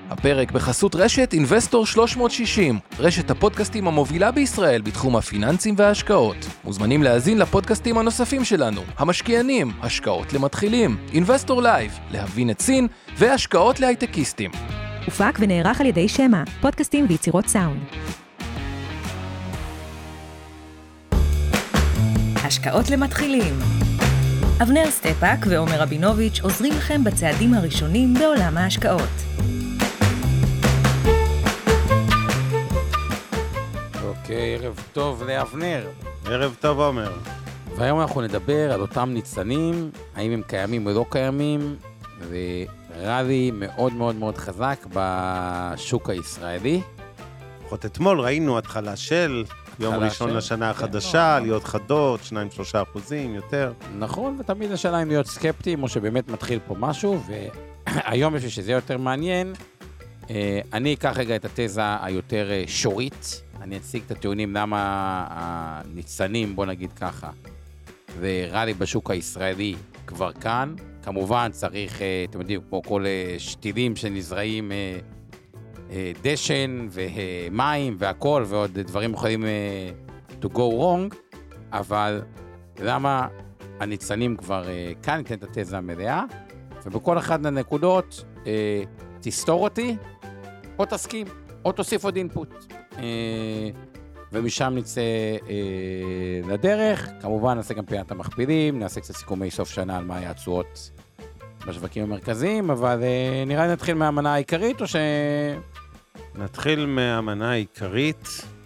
הפרק בחסות רשת Investor 360, רשת הפודקאסטים המובילה בישראל בתחום הפיננסים וההשקעות. מוזמנים להאזין לפודקאסטים הנוספים שלנו, המשקיענים, השקעות למתחילים, Investor Live, להבין את סין והשקעות להייטקיסטים. הופק ונערך על ידי שמה, פודקאסטים ויצירות סאונד. השקעות למתחילים. אבנר סטפאק ועומר רבינוביץ' עוזרים לכם בצעדים הראשונים בעולם ההשקעות. אוקיי, ערב טוב לאבנר. ערב טוב עומר. והיום אנחנו נדבר על אותם ניצנים, האם הם קיימים או לא קיימים, ורלי מאוד מאוד מאוד חזק בשוק הישראלי. לפחות אתמול ראינו התחלה של יום ראשון לשנה החדשה, עליות חדות, 2-3% יותר. נכון, ותמיד השאלה אם להיות סקפטיים, או שבאמת מתחיל פה משהו, והיום בשביל שזה יותר מעניין, אני אקח רגע את התזה היותר שורית, אני אציג את הטיעונים למה הניצנים, בוא נגיד ככה, ורלי בשוק הישראלי כבר כאן. כמובן צריך, אתם יודעים, כמו כל שתילים שנזרעים, דשן ומים והכל, ועוד דברים יכולים to go wrong, אבל למה הניצנים כבר כאן, ניתן את התזה המלאה, ובכל אחת מהנקודות תסתור אותי, או תסכים, או תוסיף עוד אינפוט. ומשם נצא לדרך. כמובן נעשה גם פינת המכפילים, נעשה קצת סיכומי סוף שנה על מה היה התשואות בשווקים המרכזיים, אבל נראה לי נתחיל מהמנה העיקרית, או ש... נתחיל מהמנה העיקרית.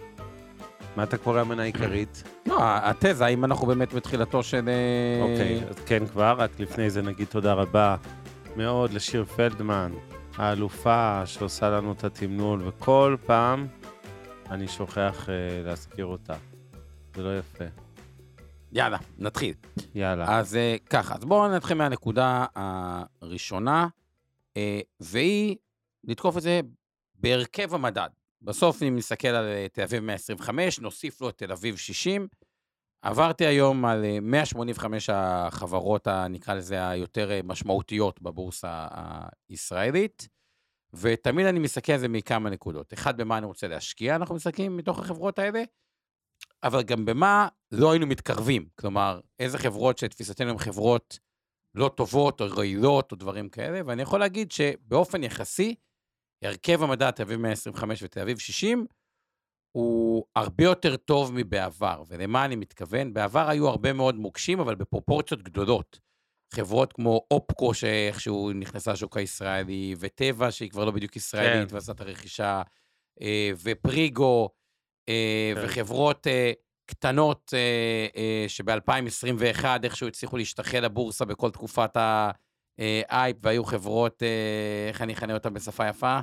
מה אתה קורא המנה העיקרית? לא, התזה, האם אנחנו באמת בתחילתו של... אוקיי, אז כן כבר, רק לפני זה נגיד תודה רבה מאוד לשיר פלדמן, האלופה שעושה לנו את התמנול, וכל פעם אני שוכח להזכיר אותה. זה לא יפה. יאללה, נתחיל. יאללה. אז ככה, אז בואו נתחיל מהנקודה הראשונה, והיא לתקוף את זה בהרכב המדד. בסוף אם נסתכל על תל אביב 125, נוסיף לו את תל אביב 60. עברתי היום על 185 החברות, נקרא לזה, היותר משמעותיות בבורסה הישראלית, ותמיד אני מסתכל על זה מכמה נקודות. אחד, במה אני רוצה להשקיע, אנחנו מסתכלים מתוך החברות האלה, אבל גם במה לא היינו מתקרבים. כלומר, איזה חברות שתפיסתנו הן חברות לא טובות או רעילות או דברים כאלה, ואני יכול להגיד שבאופן יחסי, הרכב המדד תל אביב 125 ותל אביב 60, הוא הרבה יותר טוב מבעבר. ולמה אני מתכוון? בעבר היו הרבה מאוד מוקשים, אבל בפרופורציות גדולות. חברות כמו אופקו, שאיכשהו נכנסה לשוק הישראלי, וטבע, שהיא כבר לא בדיוק ישראלית, כן. ועשתה את הרכישה, ופריגו, כן. וחברות קטנות, שב-2021 איכשהו הצליחו להשתחל לבורסה בכל תקופת האייפ, והיו חברות, איך אני אכנה אותם בשפה יפה?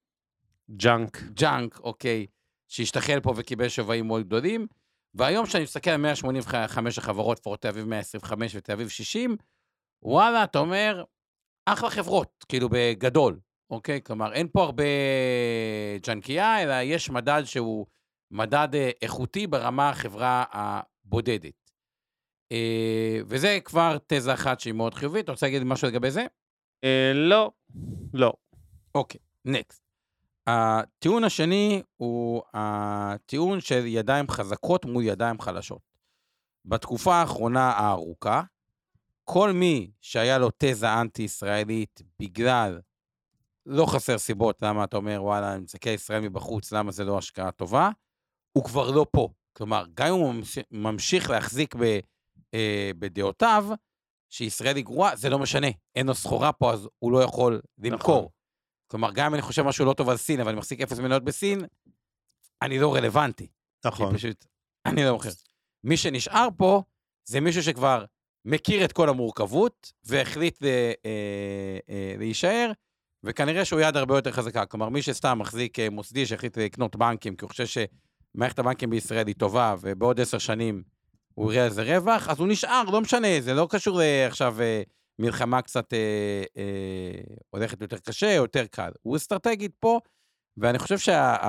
ג'אנק, אוקיי, שהשתחל פה וקיבל שווים מאוד גדולים, והיום שאני מסתכל על 185 החברות, פורט תל אביב 125 ותל אביב 60, וואלה, אתה אומר, אחלה חברות, כאילו בגדול, אוקיי? כלומר, אין פה הרבה ג'אנקייה, אלא יש מדד שהוא מדד איכותי ברמה החברה הבודדת. וזה כבר תזה אחת שהיא מאוד חיובית. אתה רוצה להגיד משהו לגבי זה? לא. אוקיי, נקסט. הטיעון השני הוא הטיעון של ידיים חזקות מול ידיים חלשות. בתקופה האחרונה הארוכה, כל מי שהיה לו תזה אנטי-ישראלית בגלל, לא חסר סיבות למה אתה אומר, וואלה, אני מסתכל ישראל מבחוץ, למה זה לא השקעה טובה, הוא כבר לא פה. כלומר, גם אם הוא ממשיך להחזיק בדעותיו, שישראל היא גרועה, זה לא משנה. אין לו סחורה פה, אז הוא לא יכול למכור. נכון. כלומר, גם אם אני חושב משהו לא טוב על סין, אבל אני מחזיק 0 מניות בסין, אני לא רלוונטי. נכון. פשוט, אני לא מוכר. מי שנשאר פה, זה מישהו שכבר מכיר את כל המורכבות, והחליט להישאר, וכנראה שהוא יד הרבה יותר חזקה. כלומר, מי שסתם מחזיק מוסדי שהחליט לקנות בנקים, כי הוא חושב שמערכת הבנקים בישראל היא טובה, ובעוד 10 שנים הוא יראה איזה רווח, אז הוא נשאר, לא משנה, זה לא קשור עכשיו מלחמה קצת הולכת יותר קשה, יותר קל. הוא אסטרטגית פה, ואני חושב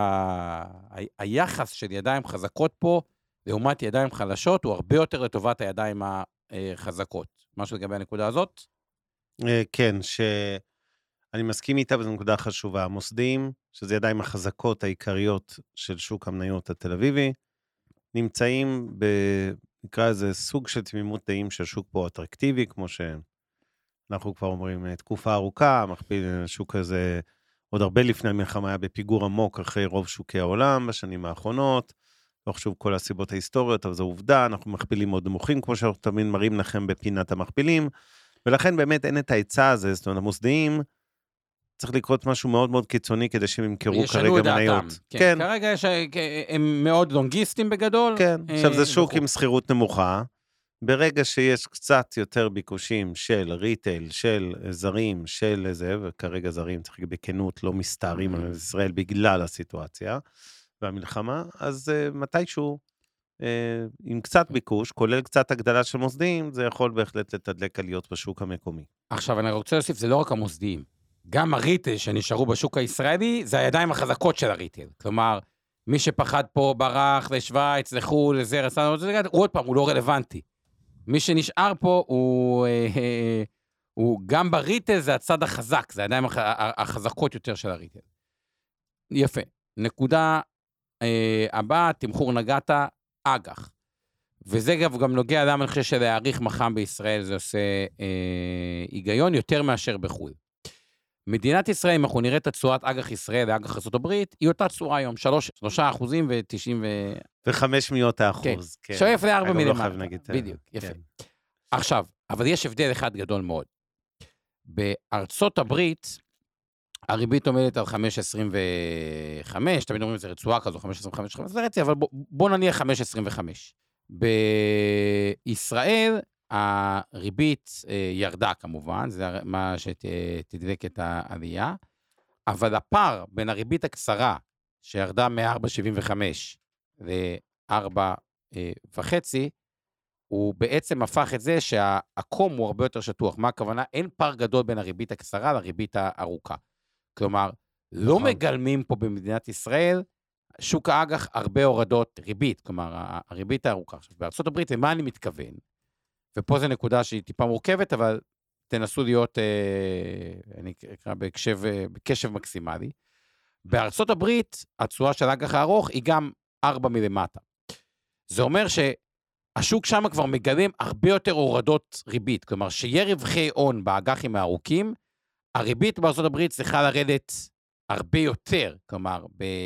שהיחס של ידיים חזקות פה, לעומת ידיים חלשות, הוא הרבה יותר לטובת הידיים החזקות. משהו לגבי הנקודה הזאת? כן, אני מסכים איתה, וזו נקודה חשובה. המוסדים, שזה ידיים החזקות העיקריות של שוק המניות התל אביבי, נמצאים נקרא איזה סוג של תמימות דעים שהשוק פה אטרקטיבי, כמו שאנחנו כבר אומרים, תקופה ארוכה, מכפיל השוק הזה, עוד הרבה לפני המלחמה היה בפיגור עמוק אחרי רוב שוקי העולם בשנים האחרונות, לא חשוב כל הסיבות ההיסטוריות, אבל זו עובדה, אנחנו מכפילים מאוד נמוכים, כמו שאנחנו תמיד מראים לכם בפינת המכפילים, ולכן באמת אין את ההיצע הזה, זאת אומרת, המוסדיים, צריך לקרות משהו מאוד מאוד קיצוני, כדי שהם ימכרו כרגע מניות. כן. כרגע הם מאוד לונגיסטים בגדול. כן, עכשיו זה שוק עם שכירות נמוכה, ברגע שיש קצת יותר ביקושים של ריטייל, של זרים, של זה, וכרגע זרים, צריך בכנות, לא מסתערים על ישראל בגלל הסיטואציה והמלחמה, אז מתישהו, עם קצת ביקוש, כולל קצת הגדלה של מוסדים, זה יכול בהחלט לתדלק עליות בשוק המקומי. עכשיו, אני רוצה להוסיף, זה לא רק המוסדיים. גם הריטל שנשארו בשוק הישראלי, זה הידיים החזקות של הריטל. כלומר, מי שפחד פה ברח לשוויץ, לחול, לזה, הוא עוד פעם, הוא לא רלוונטי. מי שנשאר פה הוא גם בריטל, זה הצד החזק, זה הידיים החזקות יותר של הריטל. יפה. נקודה הבאה, תמחור נגעת, אג"ח. וזה גם נוגע למה אני חושב שלהעריך מח"מ בישראל, זה עושה היגיון יותר מאשר בחו"ל. מדינת ישראל, אם אנחנו נראה את התשואת אג"ח ישראל לאג"ח ארצות הברית, היא אותה תשואה היום, 3% ו-90%. ו500%. כן. שואף ל4 מלמעלה. בדיוק, יפה. עכשיו, אבל יש הבדל אחד גדול מאוד. בארצות הברית, הריבית עומדת על 5.25, תמיד אומרים, זה רצועה כזו, 5.25, זה רצי, אבל בוא נניח 5.25. בישראל, הריבית ירדה כמובן, זה מה שתדלק את העלייה, אבל הפער בין הריבית הקצרה, שירדה מ-4.75 ל-4.5, הוא בעצם הפך את זה שהעקום הוא הרבה יותר שטוח. מה הכוונה? אין פער גדול בין הריבית הקצרה לריבית הארוכה. כלומר, לא מגלמים פה במדינת ישראל, שוק האג"ח הרבה הורדות ריבית, כלומר, הריבית הארוכה. עכשיו, בארצות הברית, למה אני מתכוון? ופה זו נקודה שהיא טיפה מורכבת, אבל תנסו להיות, אני אקרא בקשב מקסימלי. בארצות הברית, התשואה של האג"ח הארוך היא גם 4 מלמטה. זה אומר שהשוק שם כבר מגלם הרבה יותר הורדות ריבית, כלומר, שיהיה רווחי הון באג"חים הארוכים, הריבית בארצות הברית צריכה לרדת הרבה יותר, כלומר,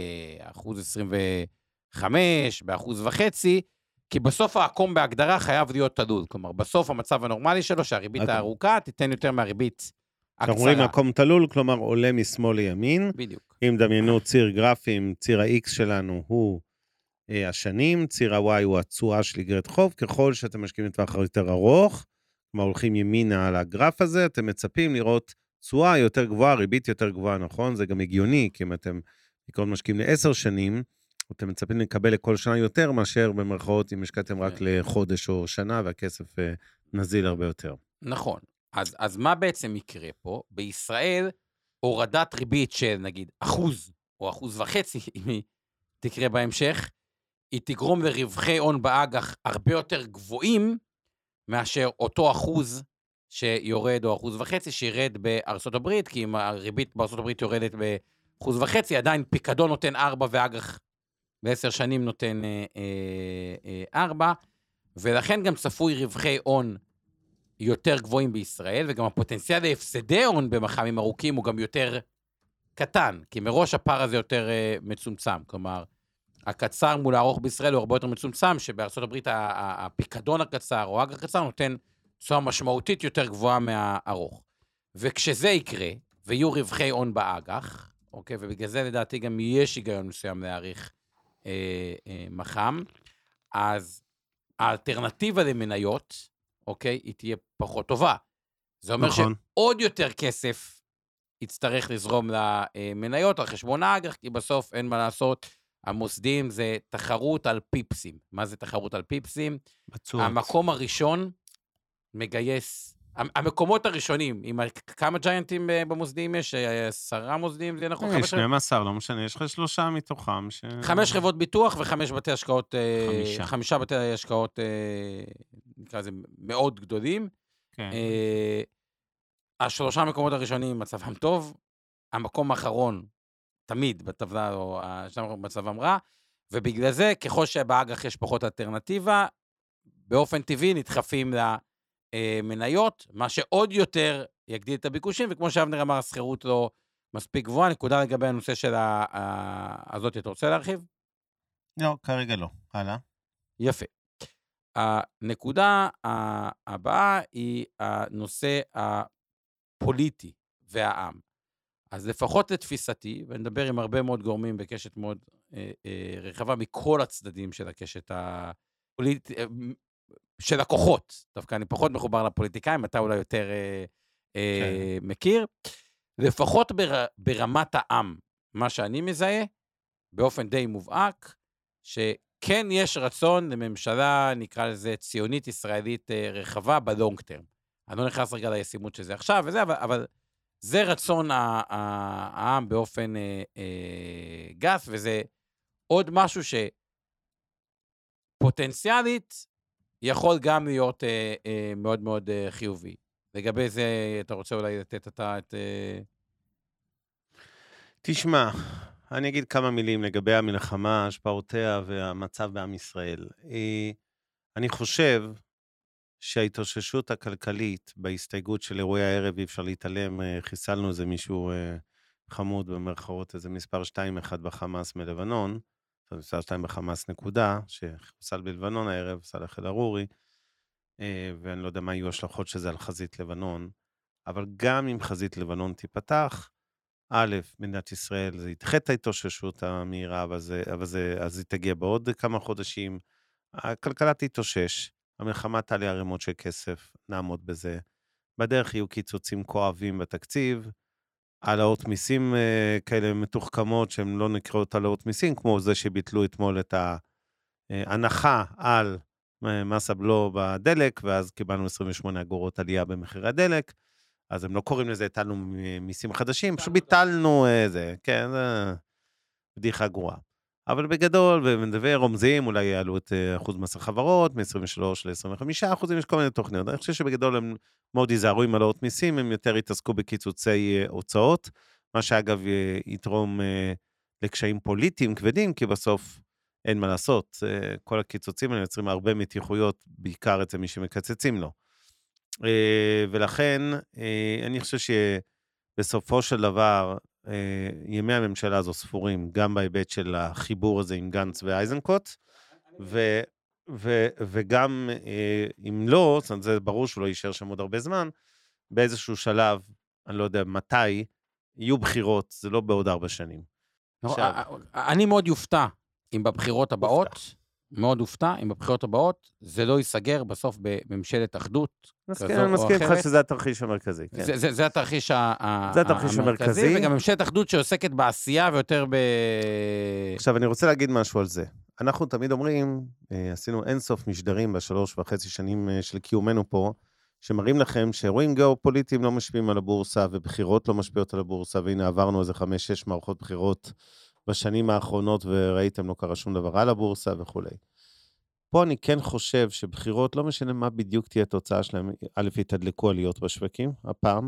ב1.25%, ב1.5%, כי בסוף העקום בהגדרה חייב להיות תלול, כלומר, בסוף המצב הנורמלי שלו, שהריבית הארוכה תיתן יותר מהריבית הקצרה. אנחנו רואים עקום תלול, כלומר, עולה משמאל לימין. בדיוק. אם דמיינו ציר גרפים, ציר ה-X שלנו הוא השנים, ציר ה-Y הוא התשואה של אגרת חוב, ככל שאתם משקיעים לטווח יותר ארוך, כלומר, הולכים ימינה על הגרף הזה, אתם מצפים לראות תשואה יותר גבוהה, ריבית יותר גבוהה, נכון? זה גם הגיוני, כי אם אתם בעיקרון משקיעים ל10 שנים, אתם מצפים לקבל לכל שנה יותר, מאשר במרכאות אם השקעתם רק לחודש או שנה, והכסף נזיל הרבה יותר. נכון. אז מה בעצם יקרה פה? בישראל, הורדת ריבית של נגיד 1% או 1.5%, אם היא תקרה בהמשך, היא תגרום לרווחי הון באג"ח הרבה יותר גבוהים, מאשר אותו 1% שיורד, או 1.5% שירד בארצות הברית, כי אם הריבית בארצות הברית יורדת ב1.5%, עדיין פיקדון נותן 4 ואג"ח ב10 שנים נותן 4, ולכן גם צפוי רווחי הון יותר גבוהים בישראל, וגם הפוטנציאל להפסדי הון במח"מים ארוכים הוא גם יותר קטן, כי מראש הפער הזה יותר מצומצם, כלומר, הקצר מול הארוך בישראל הוא הרבה יותר מצומצם, שבארצות הברית הפיקדון הקצר או האג"ח הקצר נותן תשואה משמעותית יותר גבוהה מהארוך. וכשזה יקרה, ויהיו רווחי הון באג"ח, אוקיי, ובגלל זה לדעתי גם יש היגיון מסוים להעריך מח"ם, אז האלטרנטיבה למניות, אוקיי, היא תהיה פחות טובה. זה אומר נכון. שעוד יותר כסף יצטרך לזרום למניות על חשבון האג"ח, כי בסוף אין מה לעשות, המוסדים זה תחרות על פיפסים. מה זה תחרות על פיפסים? בצורת. המקום הראשון מגייס, המקומות הראשונים, עם כמה ג'יינטים במוסדים יש, 10 מוסדים, זה נכון? יש 12, לא משנה, יש לך 3 מתוכם. 5 חברות ביטוח ו5 בתי השקעות, 5 בתי השקעות, נקרא לזה מאוד גדולים. כן. השלושה מקומות הראשונים מצבם טוב, המקום האחרון תמיד בטבלה, או השלושה מצבם רע, ובגלל זה, ככל שבאג"ח יש פחות אלטרנטיבה, באופן טבעי נדחפים למניות, מה שעוד יותר יגדיל את הביקושים, וכמו שאבנר אמר, הסחירות לא מספיק גבוהה. נקודה לגבי הנושא של הזאת, אתה רוצה להרחיב? לא, כרגע לא. הלאה. יפה. הנקודה הבאה היא הנושא הפוליטי והעם. אז לפחות לתפיסתי, ואני מדבר עם הרבה מאוד גורמים בקשת מאוד רחבה מכל הצדדים של הקשת הפוליטית, של הכוחות, דווקא אני פחות מחובר לפוליטיקאים, אתה אולי יותר מכיר, לפחות ברמת העם, מה שאני מזהה, באופן די מובהק, שכן יש רצון לממשלה, נקרא לזה ציונית ישראלית רחבה בלונג טרם. אני לא נכנס רגע לישימות שזה עכשיו וזה, אבל זה רצון העם באופן גס, וזה עוד משהו שפוטנציאלית יכול גם להיות מאוד מאוד חיובי. לגבי זה, אתה רוצה אולי לתת את... תשמע, אני אגיד כמה מילים לגבי המלחמה, השפעותיה והמצב בעם ישראל. אני חושב שההתאוששות הכלכלית בהסתייגות של אירועי הערב, אי אפשר להתעלם, חיסלנו איזה מישהו חמוד במרכאות, איזה מספר 2-1 בחמאס מלבנון, מספר 2 בחמאס נקודה, שחוסל בלבנון הערב, סלח אל-ערורי, ואני לא יודע מה יהיו השלכות שזה על חזית לבנון, אבל גם אם חזית לבנון תיפתח, א', מדינת ישראל, זה ידחה את ההתאוששות המהירה, אז היא תגיע בעוד כמה חודשים, הכלכלה תתאושש, המלחמה תעלה ערימות של כסף, נעמוד בזה, בדרך יהיו קיצוצים כואבים בתקציב, העלאות מיסים כאלה מתוחכמות, שהן לא נקראות העלאות מיסים, כמו זה שביטלו אתמול את ההנחה על מס הבלו בדלק, ואז קיבלנו 28 אגורות עלייה במחירי הדלק, אז הם לא קוראים לזה, הטלנו מיסים חדשים, פשוט ביטלנו זה, כן, זה בדיחה גרועה. אבל בגדול, במדבר רומזים, אולי יעלו את אחוז מס החברות, מ-23 ל-25%, יש כל מיני תוכניות. אני חושב שבגדול הם מאוד ייזהרו עם העלאות מיסים, הם יותר יתעסקו בקיצוצי הוצאות, מה שאגב יתרום לקשיים פוליטיים כבדים, כי בסוף אין מה לעשות. כל הקיצוצים האלה יוצרים הרבה מתיחויות, בעיקר אצל מי שמקצצים לו. ולכן, אני חושב שבסופו של דבר, ימי הממשלה הזו ספורים, גם בהיבט של החיבור הזה עם גנץ ואייזנקוט, וגם אם לא, זה ברור שהוא לא יישאר שם עוד הרבה זמן, באיזשהו שלב, אני לא יודע מתי, יהיו בחירות, זה לא בעוד 4 שנים. אני מאוד יופתע אם בבחירות הבאות, מאוד הופתע, אם בבחירות הבאות, זה לא ייסגר בסוף בממשלת אחדות. אני מסכים לך שזה התרחיש המרכזי. זה התרחיש המרכזי, וגם ממשלת אחדות שעוסקת בעשייה ויותר עכשיו, אני רוצה להגיד משהו על זה. אנחנו תמיד אומרים, עשינו אינסוף משדרים ב3.5 שנים של קיומנו פה, שמראים לכם שאירועים גיאופוליטיים לא משפיעים על הבורסה, ובחירות לא משפיעות על הבורסה, והנה עברנו איזה 5-6 מערכות בחירות בשנים האחרונות, וראיתם לא קרה שום דבר על הבורסה וכו'. פה אני כן חושב שבחירות, לא משנה מה בדיוק תהיה התוצאה שלהם, א', יתדלקו עליות בשווקים, הפעם,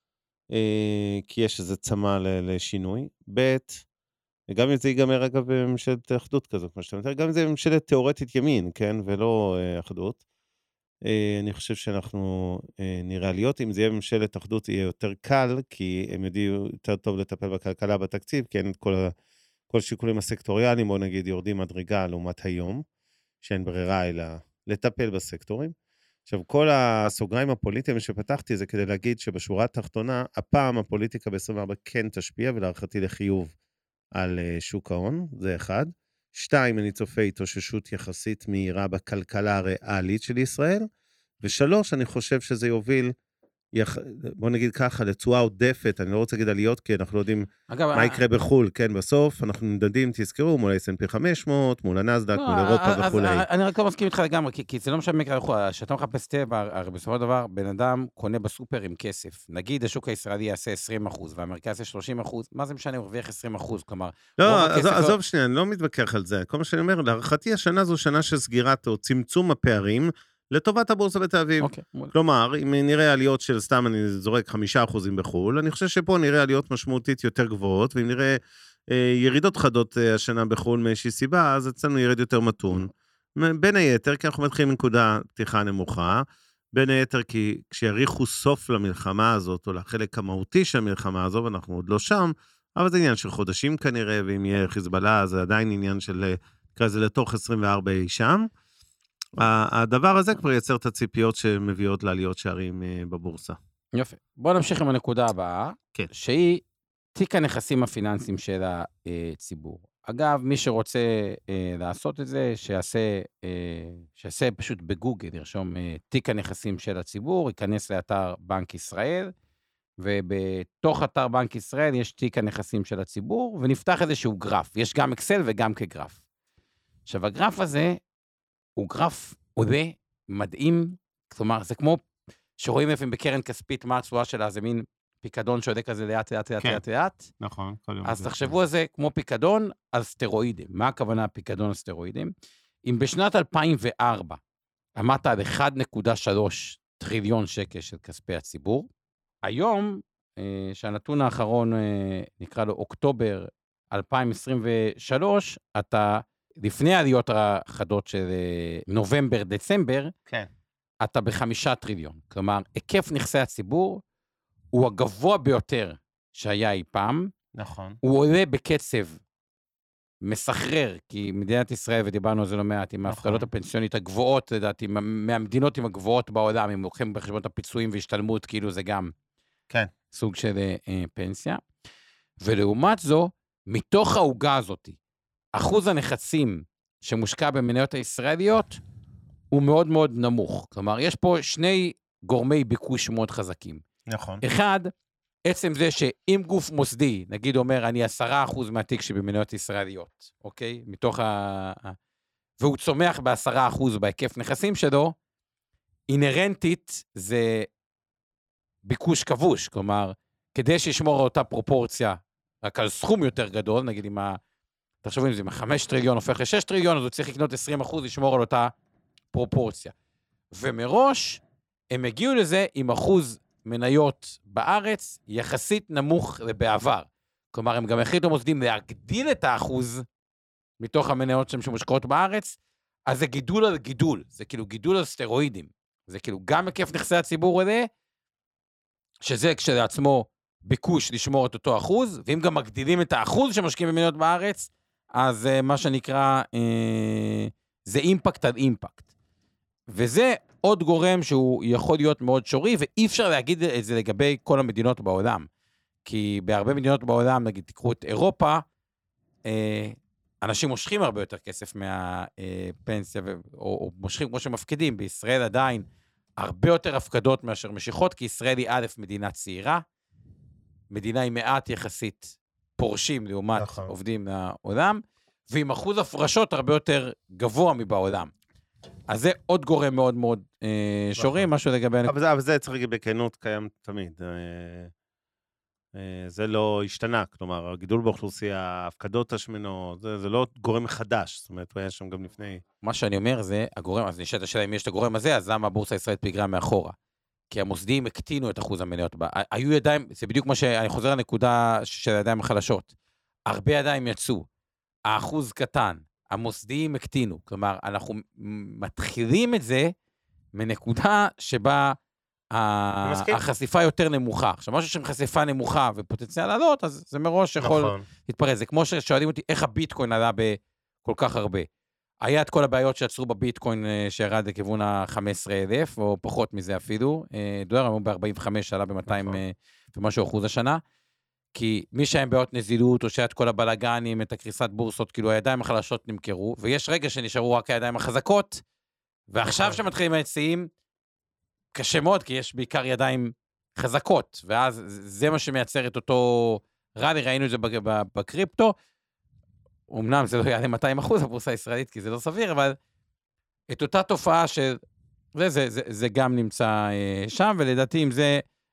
כי יש איזה צמא לשינוי, ב', גם אם זה ייגמר אגב בממשלת אחדות כזו, כמו שאתה אומר, גם אם זה ממשלת תיאורטית ימין, כן, ולא אחדות, אני חושב שאנחנו נראה עליות, אם זה יהיה ממשלת אחדות יהיה יותר קל, כי הם יודעים יותר טוב לטפל בכלכלה בתקציב, כי אין את כל השיקולים הסקטוריאליים, בוא נגיד יורדים מדרגה לעומת היום, שאין ברירה אלא לטפל בסקטורים. עכשיו, כל הסוגריים הפוליטיים שפתחתי זה כדי להגיד שבשורה התחתונה, הפעם הפוליטיקה ב-24 כן תשפיע, ולהערכתי לחיוב על שוק ההון, זה 1. 2, אני צופה התאוששות יחסית מהירה בכלכלה הריאלית של ישראל, ו3, אני חושב שזה יוביל, בוא נגיד ככה, לתשואה עודפת, אני לא רוצה להגיד עליות, כי אנחנו לא יודעים מה יקרה בחול, כן, בסוף, אנחנו נמדדים, תזכרו, מול ה-S&P 500, מול הנסדק, מול אירופה וכו'. אני רק לא מסכים איתך לגמרי, כי זה לא משנה מקרה בחול, שאתה מחפש טבע, הרי בסופו של דבר, בן אדם קונה בסופר עם כסף, נגיד השוק הישראלי יעשה 20%, והאמריקאי יעשה 30%, מה זה משנה, הוא הרוויח 20%, כלומר... לא, עזוב שנייה, אני לא מתווכח על זה, כל מה שאני אומר, להערכתי השנה זו שנה של סגירת או צמצום הפערים, לטובת הבורסה בתל אביב. כלומר, אם נראה עליות של סתם, אני זורק 5% בחול, אני חושב שפה נראה עליות משמעותית יותר גבוהות, ואם נראה ירידות חדות השנה בחול מאיזושהי סיבה, אז אצלנו ירד יותר מתון. בין היתר, כי אנחנו מתחילים מנקודה פתיחה נמוכה, בין היתר כי כשיריחו סוף למלחמה הזאת, או לחלק המהותי של המלחמה הזו, ואנחנו עוד לא שם, אבל זה עניין של חודשים כנראה, ואם יהיה חיזבאללה, זה עדיין עניין של, כזה לתוך 24 שם. הדבר הזה כבר ייצר את הציפיות שמביאות לעליות שערים בבורסה. יופי. בואו נמשיך עם הנקודה הבאה, כן. שהיא תיק הנכסים הפיננסיים של הציבור. אגב, מי שרוצה לעשות את זה, שיעשה פשוט בגוגל, ירשום תיק הנכסים של הציבור, ייכנס לאתר בנק ישראל, ובתוך אתר בנק ישראל יש תיק הנכסים של הציבור, ונפתח איזשהו גרף. יש גם אקסל וגם כגרף. עכשיו, הגרף הזה הוא גרף עולה מדהים, כלומר, זה כמו שרואים איפה בקרן כספית מה התשואה שלה, זה מין פיקדון שעולה כזה לאט. נכון. אז תחשבו על זה כמו פיקדון על סטרואידים. מה הכוונה פיקדון על סטרואידים? אם בשנת 2004 עמדת על 1.3 טריליון שקל של כספי הציבור, היום, שהנתון האחרון נקרא לו אוקטובר 2023, אתה לפני העליות החדות של נובמבר-דצמבר, כן. אתה ב5 טריליון. כלומר, היקף נכסי הציבור הוא הגבוה ביותר שהיה אי פעם. נכון. הוא עולה בקצב מסחרר, כי מדינת ישראל, ודיברנו על זה לא מעט, עם ההפקדות הפנסיונית הגבוהות, לדעתי, מהמדינות עם הגבוהות בעולם, אם לוקחים בחשבון את הפיצויים והשתלמות, כאילו זה גם כן. סוג של פנסיה. ולעומת זו, מתוך העוגה הזאת, אחוז הנכסים שמושקע במניות הישראליות, הוא מאוד מאוד נמוך. כלומר, יש פה שני גורמי ביקוש מאוד חזקים. נכון. אחד, עצם זה שאם גוף מוסדי, נגיד אומר, אני 10% מהתיק שבמניות ישראליות, אוקיי? והוא צומח ב10% בהיקף נכסים שלו, אינרנטית זה ביקוש כבוש, כלומר, כדי שישמור על אותה פרופורציה, רק על סכום יותר גדול, נגיד תחשבו אם זה 5 טריליון הופך ל6 טריליון, אז הוא צריך לקנות 20% לשמור על אותה פרופורציה. ומראש, הם הגיעו לזה עם אחוז מניות בארץ, יחסית נמוך בעבר. כלומר, הם גם החליטו מוסדים להגדיל את האחוז מתוך המניות שמושקעות בארץ, אז זה גידול על גידול, זה כאילו גידול על סטרואידים. זה כאילו גם היקף נכסי הציבור הזה, שזה כשלעצמו ביקוש לשמור את אותו אחוז, ואם גם מגדילים את האחוז שמשקיעים במניות בארץ, אז מה שנקרא, זה אימפקט על אימפקט. וזה עוד גורם שהוא יכול להיות מאוד שורי, ואי אפשר להגיד את זה לגבי כל המדינות בעולם. כי בהרבה מדינות בעולם, נגיד, תקחו את אירופה, אנשים מושכים הרבה יותר כסף מהפנסיה, או מושכים כמו שמפקידים. בישראל עדיין הרבה יותר הפקדות מאשר משיכות, כי ישראל היא א', מדינה צעירה, מדינה עם מעט יחסית פורשים לעומת עובדים מהעולם, ועם אחוז הפרשות הרבה יותר גבוה מבעולם. אז זה עוד גורם מאוד מאוד שורי, משהו לגבי... אבל זה צריך להגיד בכנות קיים תמיד. זה לא השתנה, כלומר, הגידול באוכלוסייה, ההפקדות השמנות, זה לא גורם חדש, זאת אומרת, הוא היה שם גם לפני... מה שאני אומר זה, הגורם, אז נשאלת השאלה אם יש את הגורם הזה, אז למה הבורסה הישראלית פיגרה מאחורה? כי המוסדיים הקטינו את אחוז המניות בה. היו ידיים, זה בדיוק מה שאני חוזר לנקודה של הידיים החלשות. הרבה ידיים יצאו, האחוז קטן, המוסדיים הקטינו, כלומר, אנחנו מתחילים את זה מנקודה שבה החשיפה יותר נמוכה. עכשיו, משהו שם חשיפה נמוכה ופוטנציאל לעלות, אז זה מראש יכול להתפרץ. זה כמו ששואלים אותי, איך הביטקוין עלה בכל כך הרבה. היה את כל הבעיות שיצרו בביטקוין שירד לכיוון ה-15,000, או פחות מזה אפילו. דולר, אמרו ב-45, עלה ב-200 ומשהו אחוז השנה. כי מי שהיה עם בעיות נזילות, או שהיה את כל הבלגנים, את הקריסת בורסות, כאילו הידיים החלשות נמכרו, ויש רגע שנשארו רק הידיים החזקות, ועכשיו שמתחילים היציאים, קשה מאוד, כי יש בעיקר ידיים חזקות, ואז זה מה שמייצר את אותו רלי, ראינו את זה בקריפטו, אמנם זה לא יעלה 200% הבורסה הישראלית, כי זה לא סביר, אבל את אותה תופעה של, זה גם נמצא שם, ולדעתי אם זה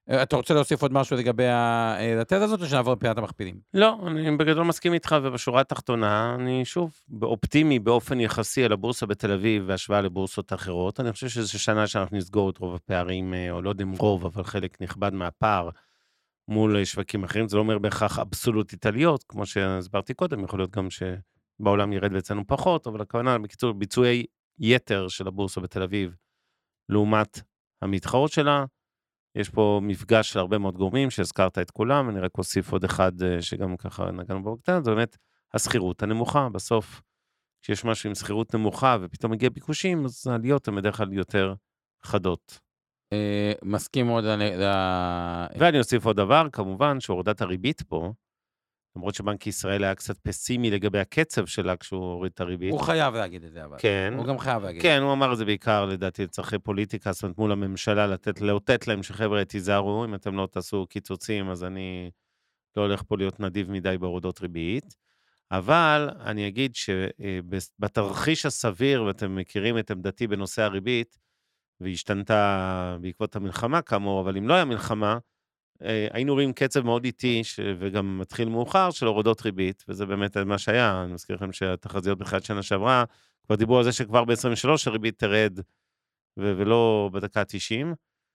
אתה רוצה להוסיף עוד משהו לגבי התזה הזאת, או שנעבור לפינת המכפילים? לא, אני בגדול מסכים איתך, ובשורה התחתונה, אני שוב אופטימי באופן יחסי על הבורסה בתל אביב, והשוואה לבורסות אחרות. אני חושב שזו שנה שאנחנו נסגור את רוב הפערים, או לא יודע אם רוב, אבל חלק נכבד מהפער מול שווקים אחרים. זה לא אומר בהכרח אבסולוטית עליות, כמו שהסברתי קודם, יכול להיות גם שבעולם ירד ואצלנו פחות, אבל הכוונה, בקיצור, ביצועי יתר של הבורסה בתל אביב, לעומת המתחרות שלה. יש פה מפגש של הרבה מאוד גורמים, שהזכרת את כולם, אני רק אוסיף עוד אחד שגם ככה נגענו בו בקטן, זה באמת הסחירות הנמוכה. בסוף, כשיש משהו עם סחירות נמוכה, ופתאום מגיע ביקושים, אז העליות הן בדרך כלל יותר חדות. מסכים מאוד ואני אוסיף עוד דבר, כמובן, שהורדת הריבית פה, למרות שבנק ישראל היה קצת פסימי לגבי הקצב שלה כשהוא הוריד את הריבית. הוא חייב להגיד את זה, אבל. כן. הוא גם חייב להגיד. כן, הוא אמר את זה בעיקר, לדעתי, לצרכי פוליטיקה, זאת אומרת, מול הממשלה, לאותת להם שחבר'ה תיזהרו, אם אתם לא תעשו קיצוצים, אז אני לא הולך פה להיות נדיב מדי בהורדות ריבית. אבל אני אגיד שבתרחיש הסביר, ואתם מכירים את עמדתי בנושא הריבית, והשתנתה בעקבות המלחמה כאמור, אבל אם לא היה מלחמה, היינו רואים קצב מאוד איטי, וגם מתחיל מאוחר של הורדות ריבית, וזה באמת מה שהיה. אני מזכיר לכם שהתחזיות בתחילת שנה שעברה, כבר דיברו על זה שכבר ב-23 הריבית תרד, ולא בדקה 90.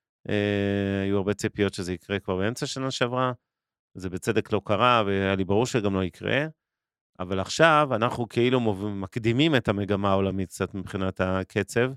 היו הרבה ציפיות שזה יקרה כבר באמצע שנה שעברה, זה בצדק לא קרה, והיה לי ברור שגם לא יקרה, אבל עכשיו אנחנו כאילו מקדימים את המגמה העולמית קצת מבחינת הקצב,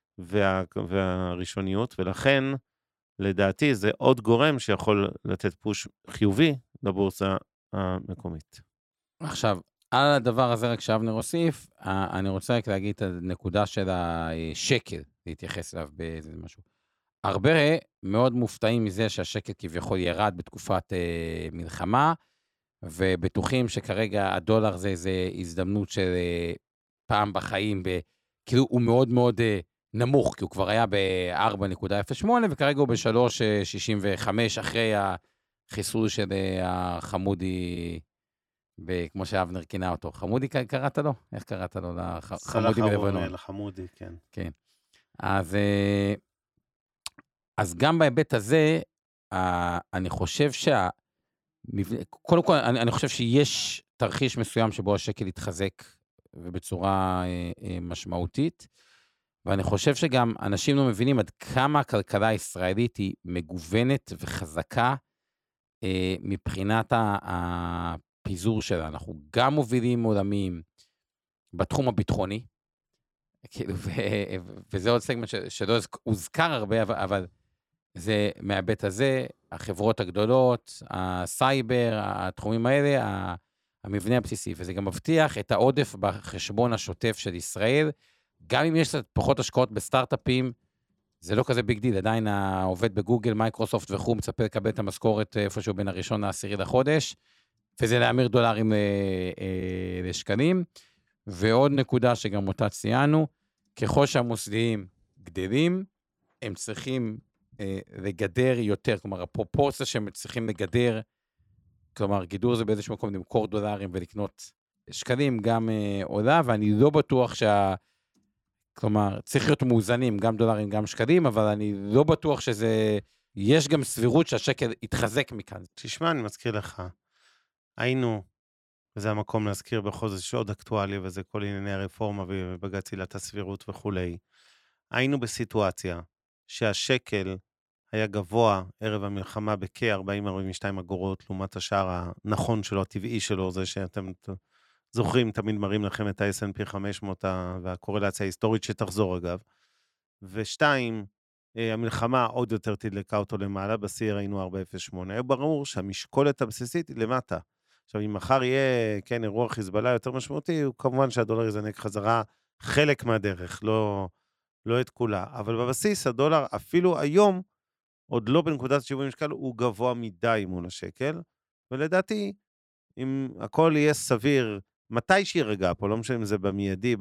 והראשוניות, ולכן, לדעתי, זה עוד גורם שיכול לתת פוש חיובי לבורסה המקומית. עכשיו, על הדבר הזה רק שאבנר הוסיף, אני רוצה רק להגיד את הנקודה של השקל, להתייחס אליו באיזה משהו. הרבה מאוד מופתעים מזה שהשקל כביכול ירד בתקופת מלחמה, ובטוחים שכרגע הדולר זה איזו הזדמנות של פעם בחיים, כאילו הוא מאוד מאוד נמוך, כי הוא כבר היה ב-4.08, וכרגע הוא ב-3.65, אחרי החיסול של החמודי, כמו שאבנר כינה אותו. חמודי קראת לו? איך קראת לו? חמודי בלבנון. לחמודי, כן. כן. אז גם בהיבט הזה, אני חושב קודם כל, אני חושב שיש תרחיש מסוים שבו השקל יתחזק, ובצורה משמעותית, ואני חושב שגם אנשים לא מבינים עד כמה הכלכלה הישראלית היא מגוונת וחזקה מבחינת הפיזור שלה. אנחנו גם מובילים עולמיים בתחום הביטחוני, וזה עוד סגמנט שלא הוזכר הרבה, אבל זה מהבית הזה, החברות הגדולות, הסייבר, התחומים האלה, המבנה הבסיסי, וזה גם מבטיח את העודף בחשבון השוטף של ישראל, גם אם יש פחות השקעות בסטארט-אפים, זה לא כזה ביג דיל, עדיין העובד בגוגל, מייקרוסופט וכו', מצפה לקבל את המשכורת איפשהו בין הראשון ל10 לחודש, וזה להמיר דולרים לשקלים, ועוד נקודה שגם אותה ציינו, ככל שהמוסדיים גדלים, הם צריכים לגדר יותר, כלומר, הפרופורציה שהם צריכים לגדר, כלומר, גידור זה באיזשהו מקום למכור דולרים ולקנות שקלים, גם עולה, ואני לא בטוח כלומר, צריך להיות מאוזנים, גם דולרים, גם שקלים, אבל אני לא בטוח יש גם סבירות שהשקל יתחזק מכאן. תשמע, אני מזכיר לך, היינו, וזה המקום להזכיר בכל זאת שעוד אקטואלי, וזה כל ענייני הרפורמה ובג"ץ עילת הסבירות וכולי, היינו בסיטואציה שהשקל היה גבוה ערב המלחמה בכ-40-42 אגורות, לעומת השער הנכון שלו, הטבעי שלו, זה שאתם זוכרים, תמיד מראים לכם את ה-S&P 500 והקורלציה ההיסטורית שתחזור אגב. ושתיים, המלחמה עוד יותר תדלקה אותו למעלה, בסיר היינו 4.08. היה ברור שהמשקולת הבסיסית היא למטה. עכשיו, אם מחר יהיה, כן, אירוע חיזבאללה יותר משמעותי, הוא כמובן שהדולר יזנק חזרה חלק מהדרך, לא את כולה. אבל בבסיס הדולר אפילו היום, עוד לא בנקודת שיווי משקל, הוא גבוה מדי מול השקל, ולדעתי, אם הכל יהיה סביר, מתי שירגע פה, לא משנה אם זה במיידי,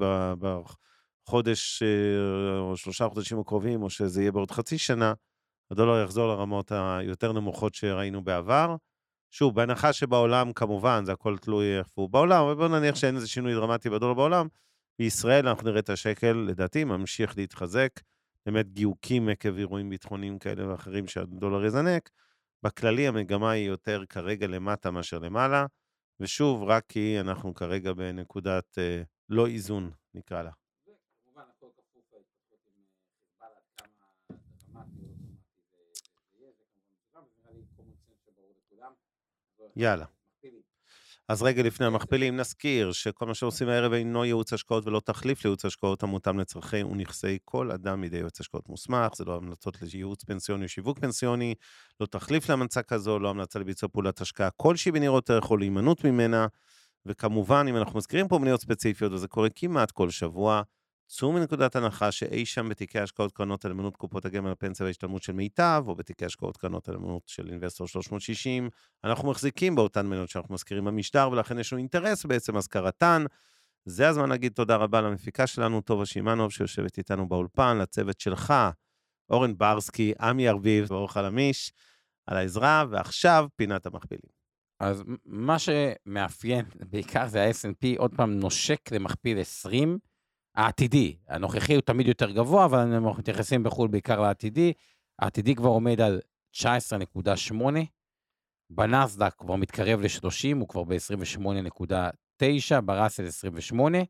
בחודש או 3 חודשים הקרובים, או שזה יהיה בעוד חצי שנה, הדולר יחזור לרמות היותר נמוכות שראינו בעבר. שוב, בהנחה שבעולם, כמובן, זה הכל תלוי איפה בעולם, אבל בואו נניח שאין איזה שינוי דרמטי בדולר בעולם, בישראל אנחנו נראה את השקל, לדעתי, ממשיך להתחזק, באמת גיוקים עקב אירועים ביטחוניים כאלה ואחרים שהדולר יזנק, בכללי המגמה היא יותר כרגע למטה מאשר למעלה, ושוב, רק כי אנחנו כרגע בנקודת לא איזון, נקרא לה. וכמובן, הכל כפוף להתפתחות עם חיזבאללה, עד כמה דרמטי זה יהיה, זה כמובן מסוכן, וזה נראה לי common sense שברור לכולם. יאללה. אז רגע לפני המכפילים נזכיר שכל מה שעושים הערב אינו ייעוץ השקעות ולא תחליף לייעוץ השקעות המותאם לצרכי ונכסי כל אדם מידי ייעוץ השקעות מוסמך, זה לא המלצות לייעוץ פנסיוני או שיווק פנסיוני, לא תחליף להמלצה כזו, לא המלצה לביצוע פעולת השקעה כלשהי בניירות ערך או להימנעות ממנה, וכמובן אם אנחנו מזכירים פה מניות ספציפיות, וזה קורה כמעט כל שבוע, צאו מנקודת הנחה שאי שם בתיקי השקעות קרנות הנאמנות קופות הגמל הפנסיה וההשתלמות של מיטב, או בתיקי השקעות קרנות הנאמנות של אינבסטור 360, אנחנו מחזיקים באותן מניות שאנחנו מזכירים במשדר, ולכן יש לנו אינטרס בעצם הזכרתן. זה הזמן להגיד תודה רבה למפיקה שלנו, טובה שימנוב, שיושבת איתנו באולפן, לצוות שלך, אורן ברסקי, עמי ארביב ואור חלמיש, על העזרה, ועכשיו פינת המכפילים. אז מה שמאפיין בעיקר זה ה-S&P, עוד פעם נושק למכפיל 20, העתידי, הנוכחי הוא תמיד יותר גבוה, אבל אנחנו מתייחסים בחול בעיקר לעתידי, העתידי כבר עומד על 19.8, בנסדק כבר מתקרב ל-30, הוא כבר ב-28.9, בראסל 28,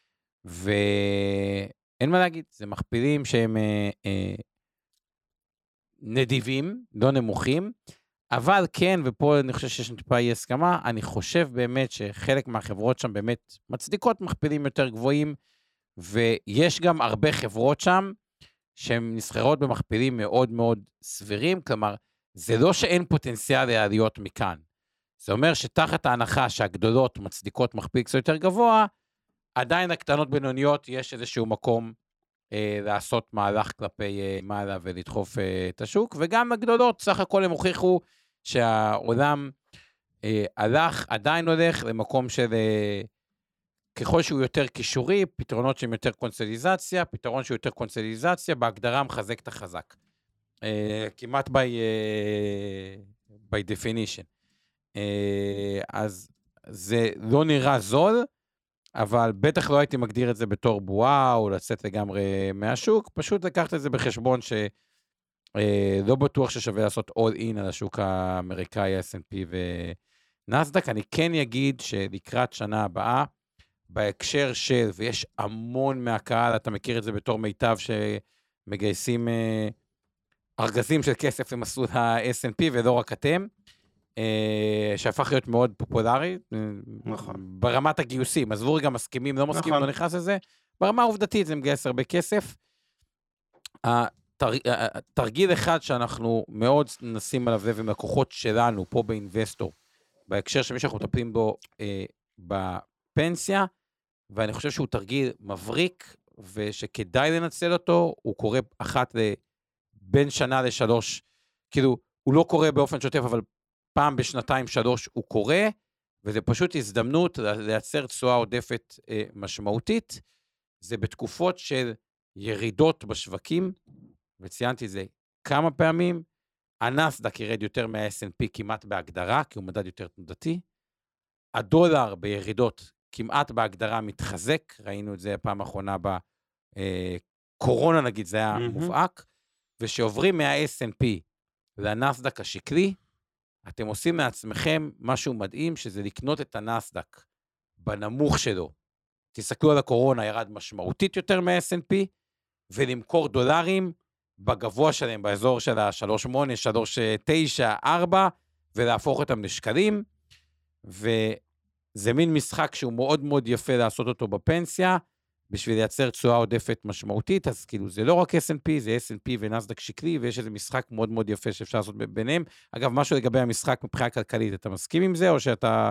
ואין מה להגיד, זה מכפילים שהם נדיבים, לא נמוכים, אבל כן, ופה אני חושב שיש טיפה אי הסכמה, אני חושב באמת שחלק מהחברות שם באמת מצדיקות מכפילים יותר גבוהים, ויש גם הרבה חברות שם, שהן נסחרות במכפילים מאוד מאוד סבירים, כלומר, זה לא שאין פוטנציאל לעליות מכאן. זה אומר שתחת ההנחה שהגדולות מצדיקות מכפיל קצת יותר גבוה, עדיין הקטנות בינוניות יש איזשהו מקום לעשות מהלך כלפי מעלה ולדחוף את השוק, וגם הגדולות, סך הכל הם הוכיחו שהעולם עדיין הולך למקום של ככל שהוא יותר קישורי, פתרונות שהם יותר קונסוליזציה, פתרון שהוא יותר קונסוליזציה, בהגדרה מחזק את החזק. כמעט by definition. אז זה לא נראה זול, אבל בטח לא הייתי מגדיר את זה בתור בועה, או לצאת לגמרי מהשוק, פשוט לקחת את זה בחשבון שלא בטוח ששווה לעשות all in על השוק האמריקאי, S&P ונסדק. אני כן אגיד שלקראת שנה הבאה, בהקשר של, ויש המון מהקהל, אתה מכיר את זה בתור מיטב, שמגייסים ארגזים של כסף למסלול ה-S&P, ולא רק אתם, שהפך להיות מאוד פופולרי, נכון. ברמת הגיוסים, עזבו רגע מסכימים, לא מסכימים, לא נכנס לזה, ברמה העובדתית זה מגייס הרבה כסף. תרגיל אחד שאנחנו מאוד נשים עליו לב עם לקוחות שלנו, פה באינבסטור, בהקשר שמי שאנחנו מטפלים בו בפנסיה, ואני חושב שהוא תרגיל מבריק, ושכדאי לנצל אותו, הוא קורה אחת בין שנה לשלוש, כאילו, הוא לא קורה באופן שוטף, אבל פעם בשנתיים שלוש הוא קורה, וזה פשוט הזדמנות לייצר תשואה עודפת משמעותית, זה בתקופות של ירידות בשווקים, וציינתי זה כמה פעמים, הנסדק ירד יותר מה-S&P כמעט בהגדרה, כי הוא מדד יותר תנודתי, הדולר בירידות כמעט בהגדרה מתחזק, ראינו את זה הפעם האחרונה בקורונה נגיד, זה היה מובהק, ושעוברים מה-S&P לנסדק השקלי, אתם עושים מעצמכם משהו מדהים, שזה לקנות את הנסדק בנמוך שלו. תסתכלו על הקורונה, ירד משמעותית יותר מה-S&P, ולמכור דולרים בגבוה שלהם, באזור של ה-3.8, 3.9, 4, ולהפוך אותם לשקלים, וזה מין משחק שהוא מאוד מאוד יפה לעשות אותו בפנסיה, בשביל לייצר תשואה עודפת משמעותית, אז כאילו זה לא רק S&P, זה S&P ונסדק שקלי, ויש איזה משחק מאוד מאוד יפה שאפשר לעשות ביניהם. אגב, משהו לגבי המשחק מבחינה כלכלית, אתה מסכים עם זה, או שאתה